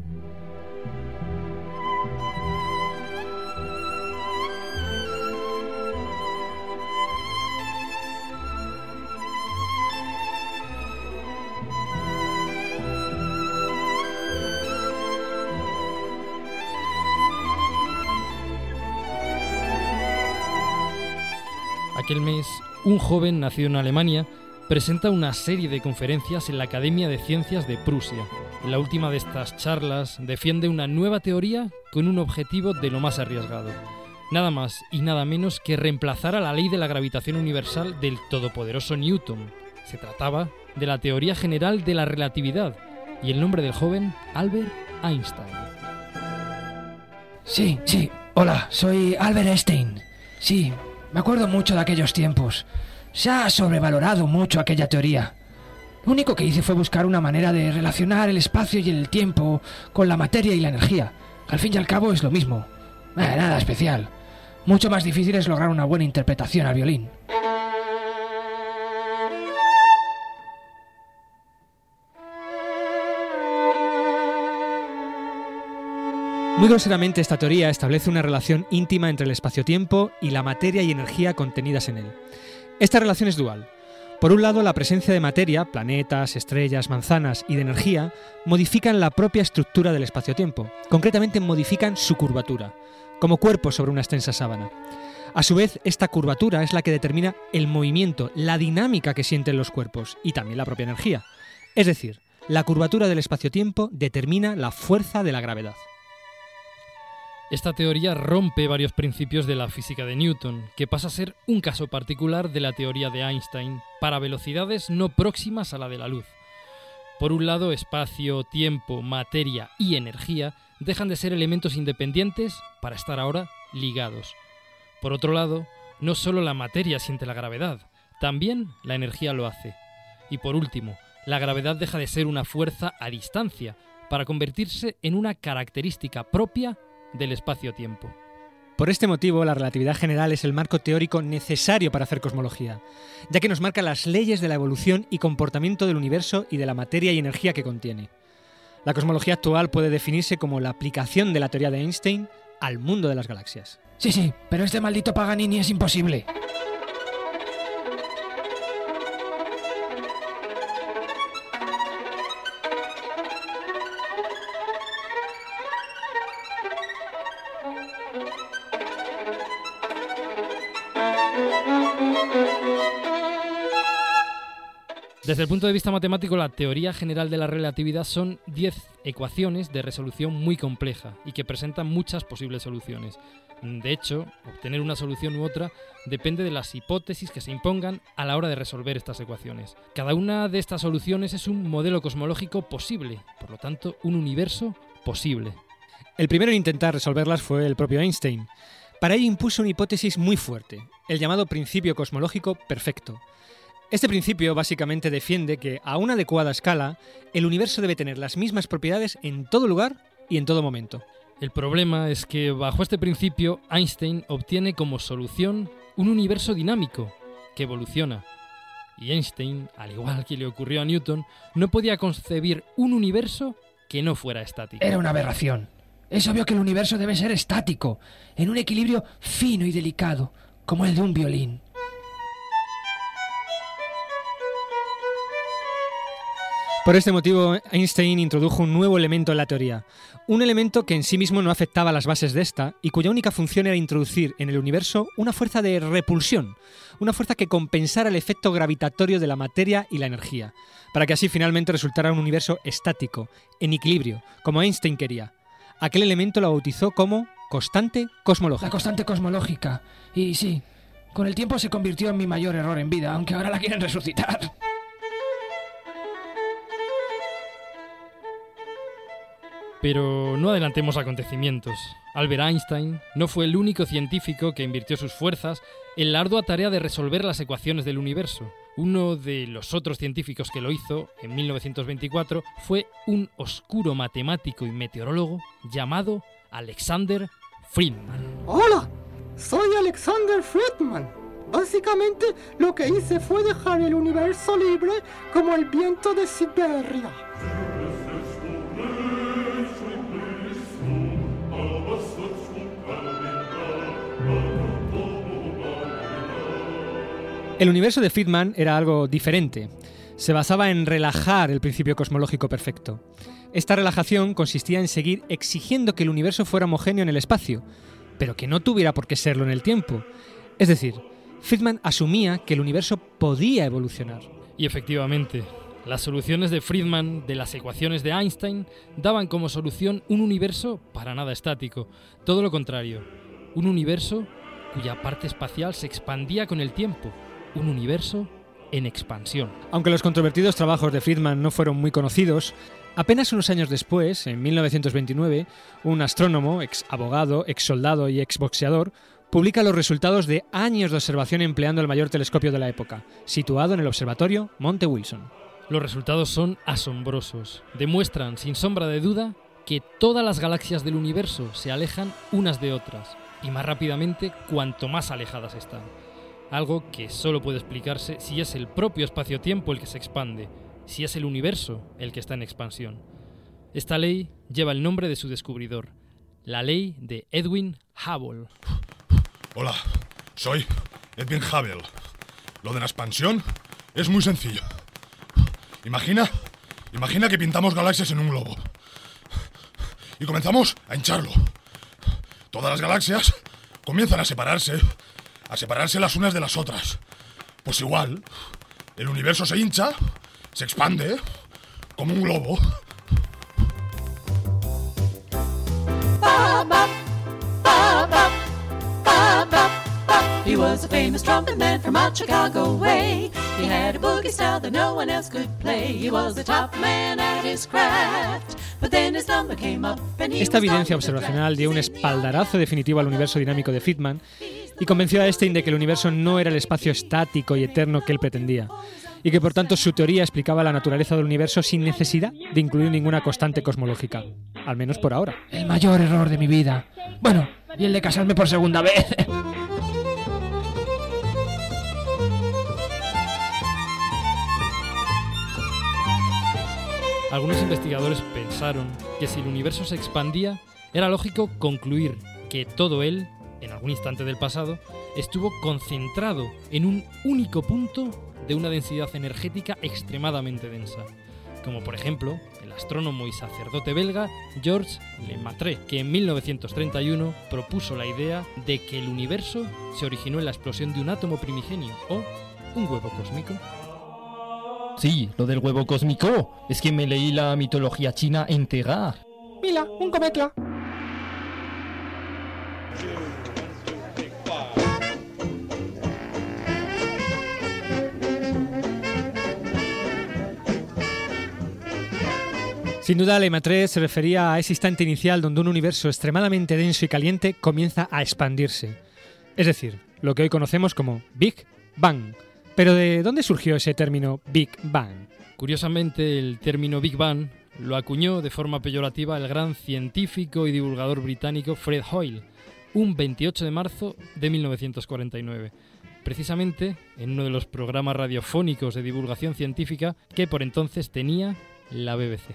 Aquel mes, un joven nacido en Alemania presenta una serie de conferencias en la Academia de Ciencias de Prusia. En la última de estas charlas defiende una nueva teoría con un objetivo de lo más arriesgado. Nada más y nada menos que reemplazar a la ley de la gravitación universal del todopoderoso Newton. Se trataba de la teoría general de la relatividad y el nombre del joven, Albert Einstein. Sí, sí, hola, soy Albert Einstein. Sí, me acuerdo mucho de aquellos tiempos. Se ha sobrevalorado mucho aquella teoría. Lo único que hice fue buscar una manera de relacionar el espacio y el tiempo con la materia y la energía. Al fin y al cabo es lo mismo. Eh, nada especial. Mucho más difícil es lograr una buena interpretación al violín. Muy groseramente, esta teoría establece una relación íntima entre el espacio-tiempo y la materia y energía contenidas en él. Esta relación es dual. Por un lado, la presencia de materia, planetas, estrellas, manzanas y de energía, modifican la propia estructura del espacio-tiempo. Concretamente, modifican su curvatura, como cuerpos sobre una extensa sábana. A su vez, esta curvatura es la que determina el movimiento, la dinámica que sienten los cuerpos y también la propia energía. Es decir, la curvatura del espacio-tiempo determina la fuerza de la gravedad. Esta teoría rompe varios principios de la física de Newton, que pasa a ser un caso particular de la teoría de Einstein para velocidades no próximas a la de la luz. Por un lado, espacio, tiempo, materia y energía dejan de ser elementos independientes para estar ahora ligados. Por otro lado, no solo la materia siente la gravedad, también la energía lo hace. Y por último, la gravedad deja de ser una fuerza a distancia para convertirse en una característica propia del espacio-tiempo. Por este motivo, la relatividad general es el marco teórico necesario para hacer cosmología, ya que nos marca las leyes de la evolución y comportamiento del universo y de la materia y energía que contiene. La cosmología actual puede definirse como la aplicación de la teoría de Einstein al mundo de las galaxias. Sí, sí, pero este maldito Paganini es imposible. Desde el punto de vista matemático, la teoría general de la relatividad son diez ecuaciones de resolución muy compleja y que presentan muchas posibles soluciones. De hecho, obtener una solución u otra depende de las hipótesis que se impongan a la hora de resolver estas ecuaciones. Cada una de estas soluciones es un modelo cosmológico posible, por lo tanto, un universo posible. El primero en intentar resolverlas fue el propio Einstein. Para ello impuso una hipótesis muy fuerte, el llamado principio cosmológico perfecto. Este principio básicamente defiende que, a una adecuada escala, el universo debe tener las mismas propiedades en todo lugar y en todo momento. El problema es que, bajo este principio, Einstein obtiene como solución un universo dinámico, que evoluciona. Y Einstein, al igual que le ocurrió a Newton, no podía concebir un universo que no fuera estático. Era una aberración. Es obvio que el universo debe ser estático, en un equilibrio fino y delicado, como el de un violín. Por este motivo, Einstein introdujo un nuevo elemento en la teoría, un elemento que en sí mismo no afectaba las bases de esta y cuya única función era introducir en el universo una fuerza de repulsión, una fuerza que compensara el efecto gravitatorio de la materia y la energía, para que así finalmente resultara un universo estático, en equilibrio, como Einstein quería. Aquel elemento lo bautizó como constante cosmológica. La constante cosmológica. Y sí, con el tiempo se convirtió en mi mayor error en vida, aunque ahora la quieren resucitar. Pero no adelantemos acontecimientos. Albert Einstein no fue el único científico que invirtió sus fuerzas en la ardua tarea de resolver las ecuaciones del universo. Uno de los otros científicos que lo hizo, en mil novecientos veinticuatro, fue un oscuro matemático y meteorólogo llamado Alexander Friedman. Hola, soy Alexander Friedman. Básicamente, lo que hice fue dejar el universo libre como el viento de Siberia. El universo de Friedman era algo diferente. Se basaba en relajar el principio cosmológico perfecto. Esta relajación consistía en seguir exigiendo que el universo fuera homogéneo en el espacio, pero que no tuviera por qué serlo en el tiempo. Es decir, Friedman asumía que el universo podía evolucionar. Y efectivamente, las soluciones de Friedman de las ecuaciones de Einstein daban como solución un universo para nada estático. Todo lo contrario, un universo cuya parte espacial se expandía con el tiempo. Un universo en expansión. Aunque los controvertidos trabajos de Friedman no fueron muy conocidos, apenas unos años después, en mil novecientos veintinueve, un astrónomo, ex abogado, ex soldado y ex boxeador, publica los resultados de años de observación empleando el mayor telescopio de la época, situado en el observatorio Monte Wilson. Los resultados son asombrosos. Demuestran, sin sombra de duda, que todas las galaxias del universo se alejan unas de otras, y más rápidamente cuanto más alejadas están. Algo que solo puede explicarse si es el propio espacio-tiempo el que se expande, si es el universo el que está en expansión. Esta ley lleva el nombre de su descubridor, la ley de Edwin Hubble. Hola, soy Edwin Hubble. Lo de la expansión es muy sencillo. Imagina, imagina que pintamos galaxias en un globo y comenzamos a hincharlo. Todas las galaxias comienzan a separarse, a separarse las unas de las otras. Pues igual, el universo se hincha, se expande, como un globo. He was a famous trumpet man from out Chicago way. He had a boogie style that no one else could play. He was the top man at his craft. But then his number came up and he Esta evidencia observacional dio un espaldarazo definitivo al universo dinámico de Friedman y convenció a Einstein de que el universo no era el espacio estático y eterno que él pretendía, y que por tanto su teoría explicaba la naturaleza del universo sin necesidad de incluir ninguna constante cosmológica, al menos por ahora. El mayor error de mi vida. Bueno, y el de casarme por segunda vez. Algunos investigadores pensaron que si el universo se expandía, era lógico concluir que todo él, en algún instante del pasado, estuvo concentrado en un único punto de una densidad energética extremadamente densa, como por ejemplo el astrónomo y sacerdote belga Georges Lemaitre, que en mil novecientos treinta y uno propuso la idea de que el universo se originó en la explosión de un átomo primigenio o un huevo cósmico. Sí, lo del huevo cósmico. Es que me leí la mitología china entera. Mira, un cometla. Sin duda, Lemaitre se refería a ese instante inicial donde un universo extremadamente denso y caliente comienza a expandirse. Es decir, lo que hoy conocemos como Big Bang. Pero ¿de dónde surgió ese término Big Bang? Curiosamente, el término Big Bang lo acuñó de forma peyorativa el gran científico y divulgador británico Fred Hoyle, un veintiocho de marzo de mil novecientos cuarenta y nueve, precisamente en uno de los programas radiofónicos de divulgación científica que por entonces tenía la B B C.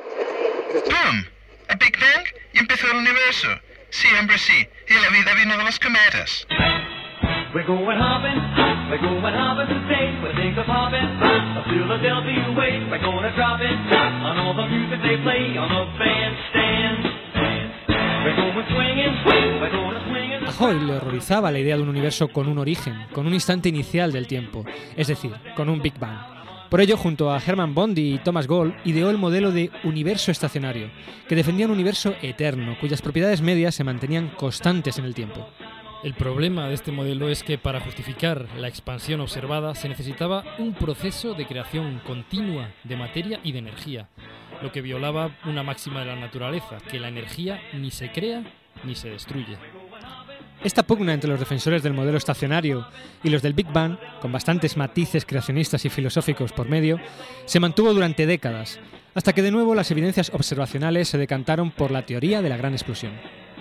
¡Pum! ¿A Big Bang? Y empezó el universo. Sí, hombre, sí. Y la vida vino de los cometas. We're going hopping, we're going hopping today. We think of hopping, a Philadelphia way. We're gonna drop it on all the music they play on the bandstand. We're going swinging, we're gonna swing in the... A Hoyle le horrorizaba la idea de un universo con un origen, con un instante inicial del tiempo, es decir, con un Big Bang. Por ello, junto a Hermann Bondi y Thomas Gold, ideó el modelo de universo estacionario, que defendía un universo eterno, cuyas propiedades medias se mantenían constantes en el tiempo. El problema de este modelo es que para justificar la expansión observada se necesitaba un proceso de creación continua de materia y de energía, lo que violaba una máxima de la naturaleza, que la energía ni se crea ni se destruye. Esta pugna entre los defensores del modelo estacionario y los del Big Bang, con bastantes matices creacionistas y filosóficos por medio, se mantuvo durante décadas, hasta que de nuevo las evidencias observacionales se decantaron por la teoría de la gran explosión.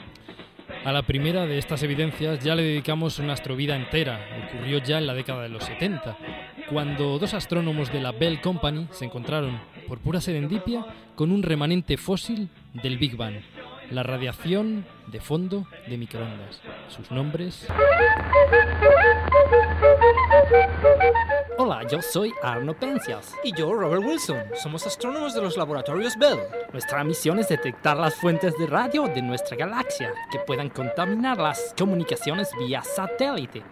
A la primera de estas evidencias ya le dedicamos una astrovida entera. Ocurrió ya en la década de los setenta, cuando dos astrónomos de la Bell Company se encontraron, por pura serendipia, con un remanente fósil del Big Bang, la radiación de fondo de microondas. Sus nombres... Hola, yo soy Arno Pencias. Y yo, Robert Wilson. Somos astrónomos de los laboratorios Bell. Nuestra misión es detectar las fuentes de radio de nuestra galaxia que puedan contaminar las comunicaciones vía satélite.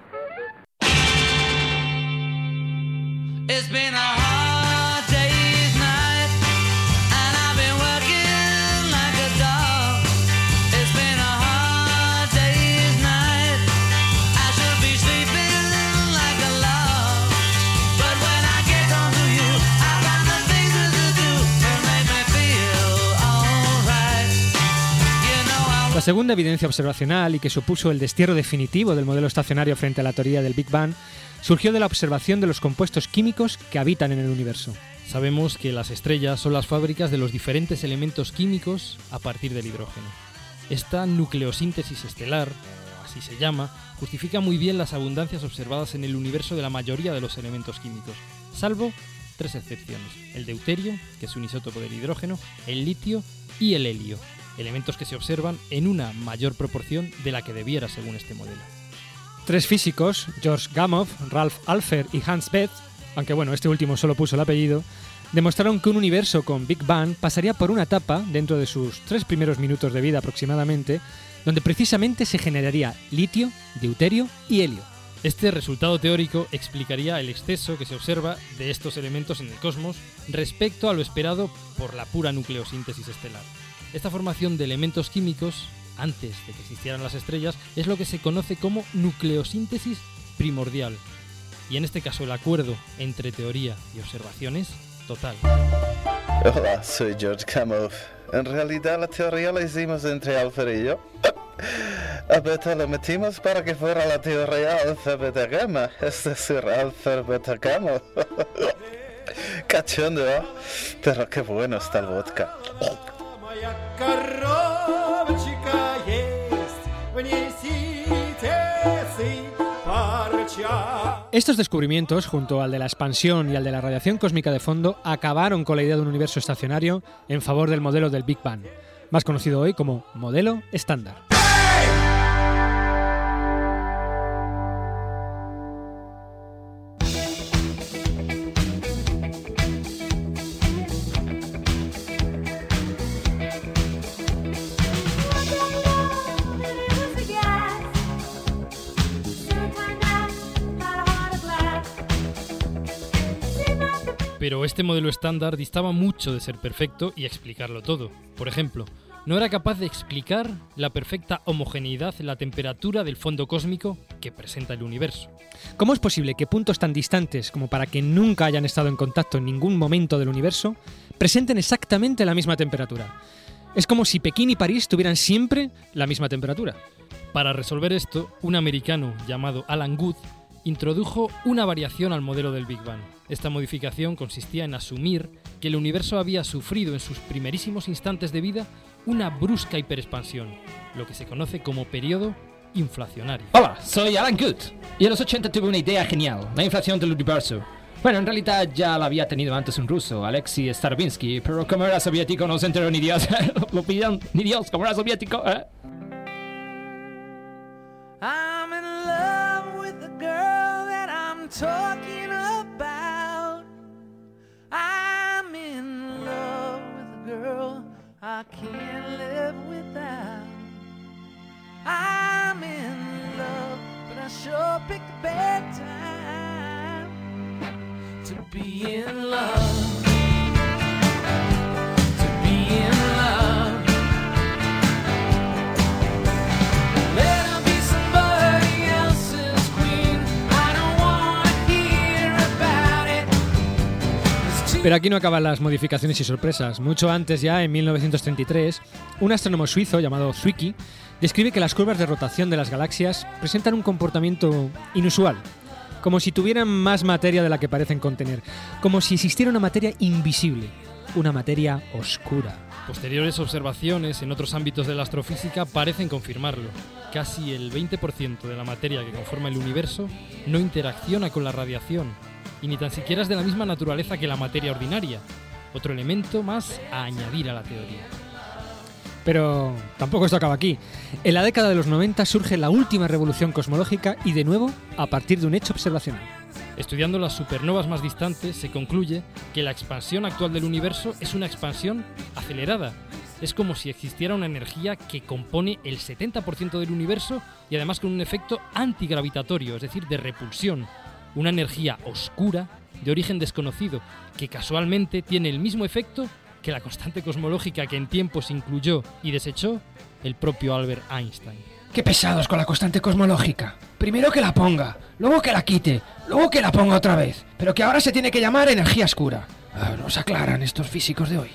It's been a hard day's night, and I've been working like a dog. It's been a hard day's night, I should be sleeping like a log. But when I get home to you, I find the things to do that make me feel alright. You know I... La segunda evidencia observacional, y que supuso el destierro definitivo del modelo estacionario frente a la teoría del Big Bang, surgió de la observación de los compuestos químicos que habitan en el universo. Sabemos que las estrellas son las fábricas de los diferentes elementos químicos a partir del hidrógeno. Esta nucleosíntesis estelar, o así se llama, justifica muy bien las abundancias observadas en el universo de la mayoría de los elementos químicos, salvo tres excepciones: el deuterio, que es un isótopo del hidrógeno, el litio y el helio. elementos que se observan en una mayor proporción de la que debiera según este modelo. Tres físicos, George Gamow, Ralph Alpher y Hans Bethe, aunque bueno, este último solo puso el apellido, demostraron que un universo con Big Bang pasaría por una etapa, dentro de sus tres primeros minutos de vida aproximadamente, donde precisamente se generaría litio, deuterio y helio. Este resultado teórico explicaría el exceso que se observa de estos elementos en el cosmos respecto a lo esperado por la pura nucleosíntesis estelar. Esta formación de elementos químicos, antes de que existieran las estrellas, es lo que se conoce como nucleosíntesis primordial. Y en este caso el acuerdo entre teoría y observaciones total. Hola, soy George Gamow. En realidad la teoría la hicimos entre Alfred y yo. A beta lo metimos para que fuera la teoría alfa beta gamma, es decir, alfa beta gamma. Cachondo, ¿eh? Pero qué bueno está el vodka. Estos descubrimientos, junto al de la expansión y al de la radiación cósmica de fondo, acabaron con la idea de un universo estacionario en favor del modelo del Big Bang, más conocido hoy como modelo estándar. Pero este modelo estándar distaba mucho de ser perfecto y explicarlo todo. Por ejemplo, no era capaz de explicar la perfecta homogeneidad en la temperatura del fondo cósmico que presenta el universo. ¿Cómo es posible que puntos tan distantes como para que nunca hayan estado en contacto en ningún momento del universo presenten exactamente la misma temperatura? Es como si Pekín y París tuvieran siempre la misma temperatura. Para resolver esto, un americano llamado Alan Guth introdujo una variación al modelo del Big Bang. Esta modificación consistía en asumir que el universo había sufrido en sus primerísimos instantes de vida una brusca hiperexpansión, lo que se conoce como periodo inflacionario. Hola, soy Alan Guth, y en los ochenta tuve una idea genial, la inflación del universo. Bueno, en realidad ya la había tenido antes un ruso, Alexei Starobinsky, pero como era soviético no se enteró ni Dios. Lo pillan ni Dios, como era soviético, ¿eh? I'm in love with the girl that I'm talking about. I'm in love with a girl I can't live without. I'm in love, but I sure picked a bad time to be in love. To be in love. Let her be somebody else's queen. I don't wanna hear about it. Pero aquí no acaban las modificaciones y sorpresas. Mucho antes, ya en mil novecientos treinta y tres, un astrónomo suizo llamado Zwicky describe que las curvas de rotación de las galaxias presentan un comportamiento inusual, como si tuvieran más materia de la que parecen contener, como si existiera una materia invisible, una materia oscura. Posteriores observaciones en otros ámbitos de la astrofísica parecen confirmarlo. Casi el veinte por ciento de la materia que conforma el universo no interacciona con la radiación, y ni tan siquiera es de la misma naturaleza que la materia ordinaria, otro elemento más a añadir a la teoría. Pero tampoco esto acaba aquí. En la década de los noventa surge la última revolución cosmológica y de nuevo a partir de un hecho observacional. Estudiando las supernovas más distantes se concluye que la expansión actual del universo es una expansión acelerada. Es como si existiera una energía que compone el setenta por ciento del universo y además con un efecto antigravitatorio, es decir, de repulsión. Una energía oscura de origen desconocido que casualmente tiene el mismo efecto que la constante cosmológica que en tiempos incluyó y desechó el propio Albert Einstein. ¡Qué pesados con la constante cosmológica! Primero que la ponga, luego que la quite, luego que la ponga otra vez, pero que ahora se tiene que llamar energía oscura. Ah, nos aclaran estos físicos de hoy.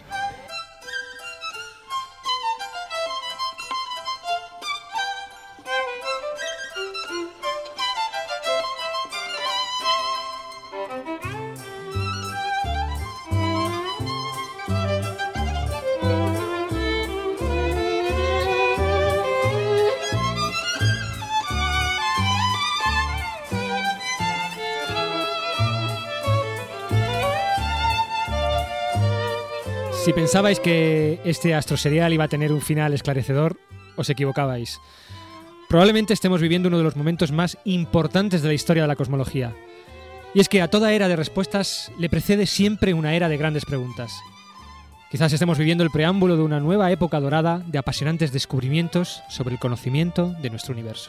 Si pensabais que este astroserial iba a tener un final esclarecedor, os equivocabais. Probablemente estemos viviendo uno de los momentos más importantes de la historia de la cosmología. Y es que a toda era de respuestas le precede siempre una era de grandes preguntas. Quizás estemos viviendo el preámbulo de una nueva época dorada de apasionantes descubrimientos sobre el conocimiento de nuestro universo.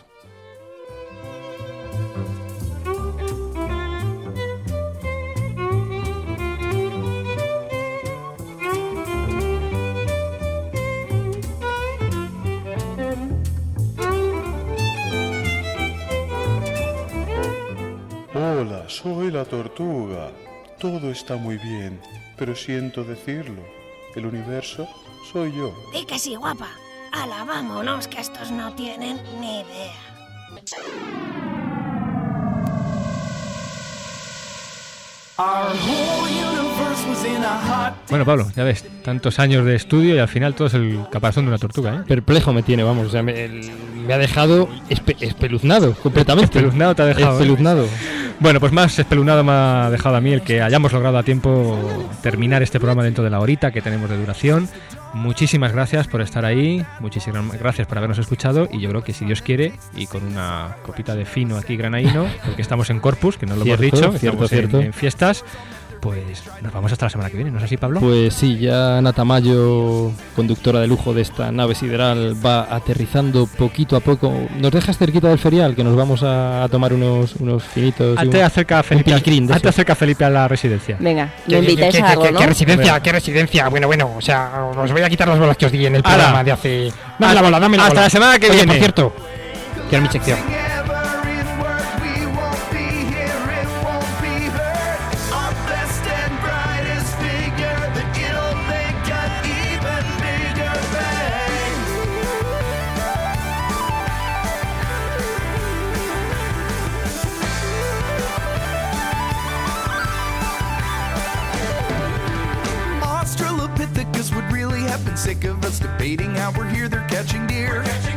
Hola, soy la tortuga. Todo está muy bien, pero siento decirlo. El universo soy yo. Di que sí, guapa. Ala, vámonos, que estos no tienen ni idea. Bueno, Pablo, ya ves, tantos años de estudio y al final todo es el caparazón de una tortuga, ¿eh? Perplejo me tiene, vamos, o sea, me, el, me ha dejado espe, espeluznado completamente. Espeluznado te ha dejado. Espeluznado. ¿eh? Bueno, pues más espeluznado me ha dejado a mí el que hayamos logrado a tiempo terminar este programa dentro de la horita que tenemos de duración. Muchísimas gracias por estar ahí, muchísimas gracias por habernos escuchado y yo creo que si Dios quiere y con una copita de fino aquí granaíno, porque estamos en Corpus, que no lo cierto, hemos dicho, cierto, estamos cierto. En, en fiestas, pues nos vamos hasta la semana que viene, ¿no es así, Pablo? Pues sí, ya Ana Tamayo, conductora de lujo de esta nave sideral, va aterrizando poquito a poco. Nos dejas cerquita del ferial, que nos vamos a, a tomar unos, unos finitos. Hazte acerca, Felipe, hazte acerca, Felipe, a la residencia. Venga, me invitáis a algo, ¿qué, ¿no? ¿Qué residencia? ¿Qué residencia? Bueno, bueno, o sea, os voy a quitar las bolas que os di en el Ala. programa de hace... Dame la bola, dame la Hasta bola. la semana que Oye, viene. por cierto, quiero mi sección. Australopithecus would really have been sick of us debating how we're here, they're catching deer.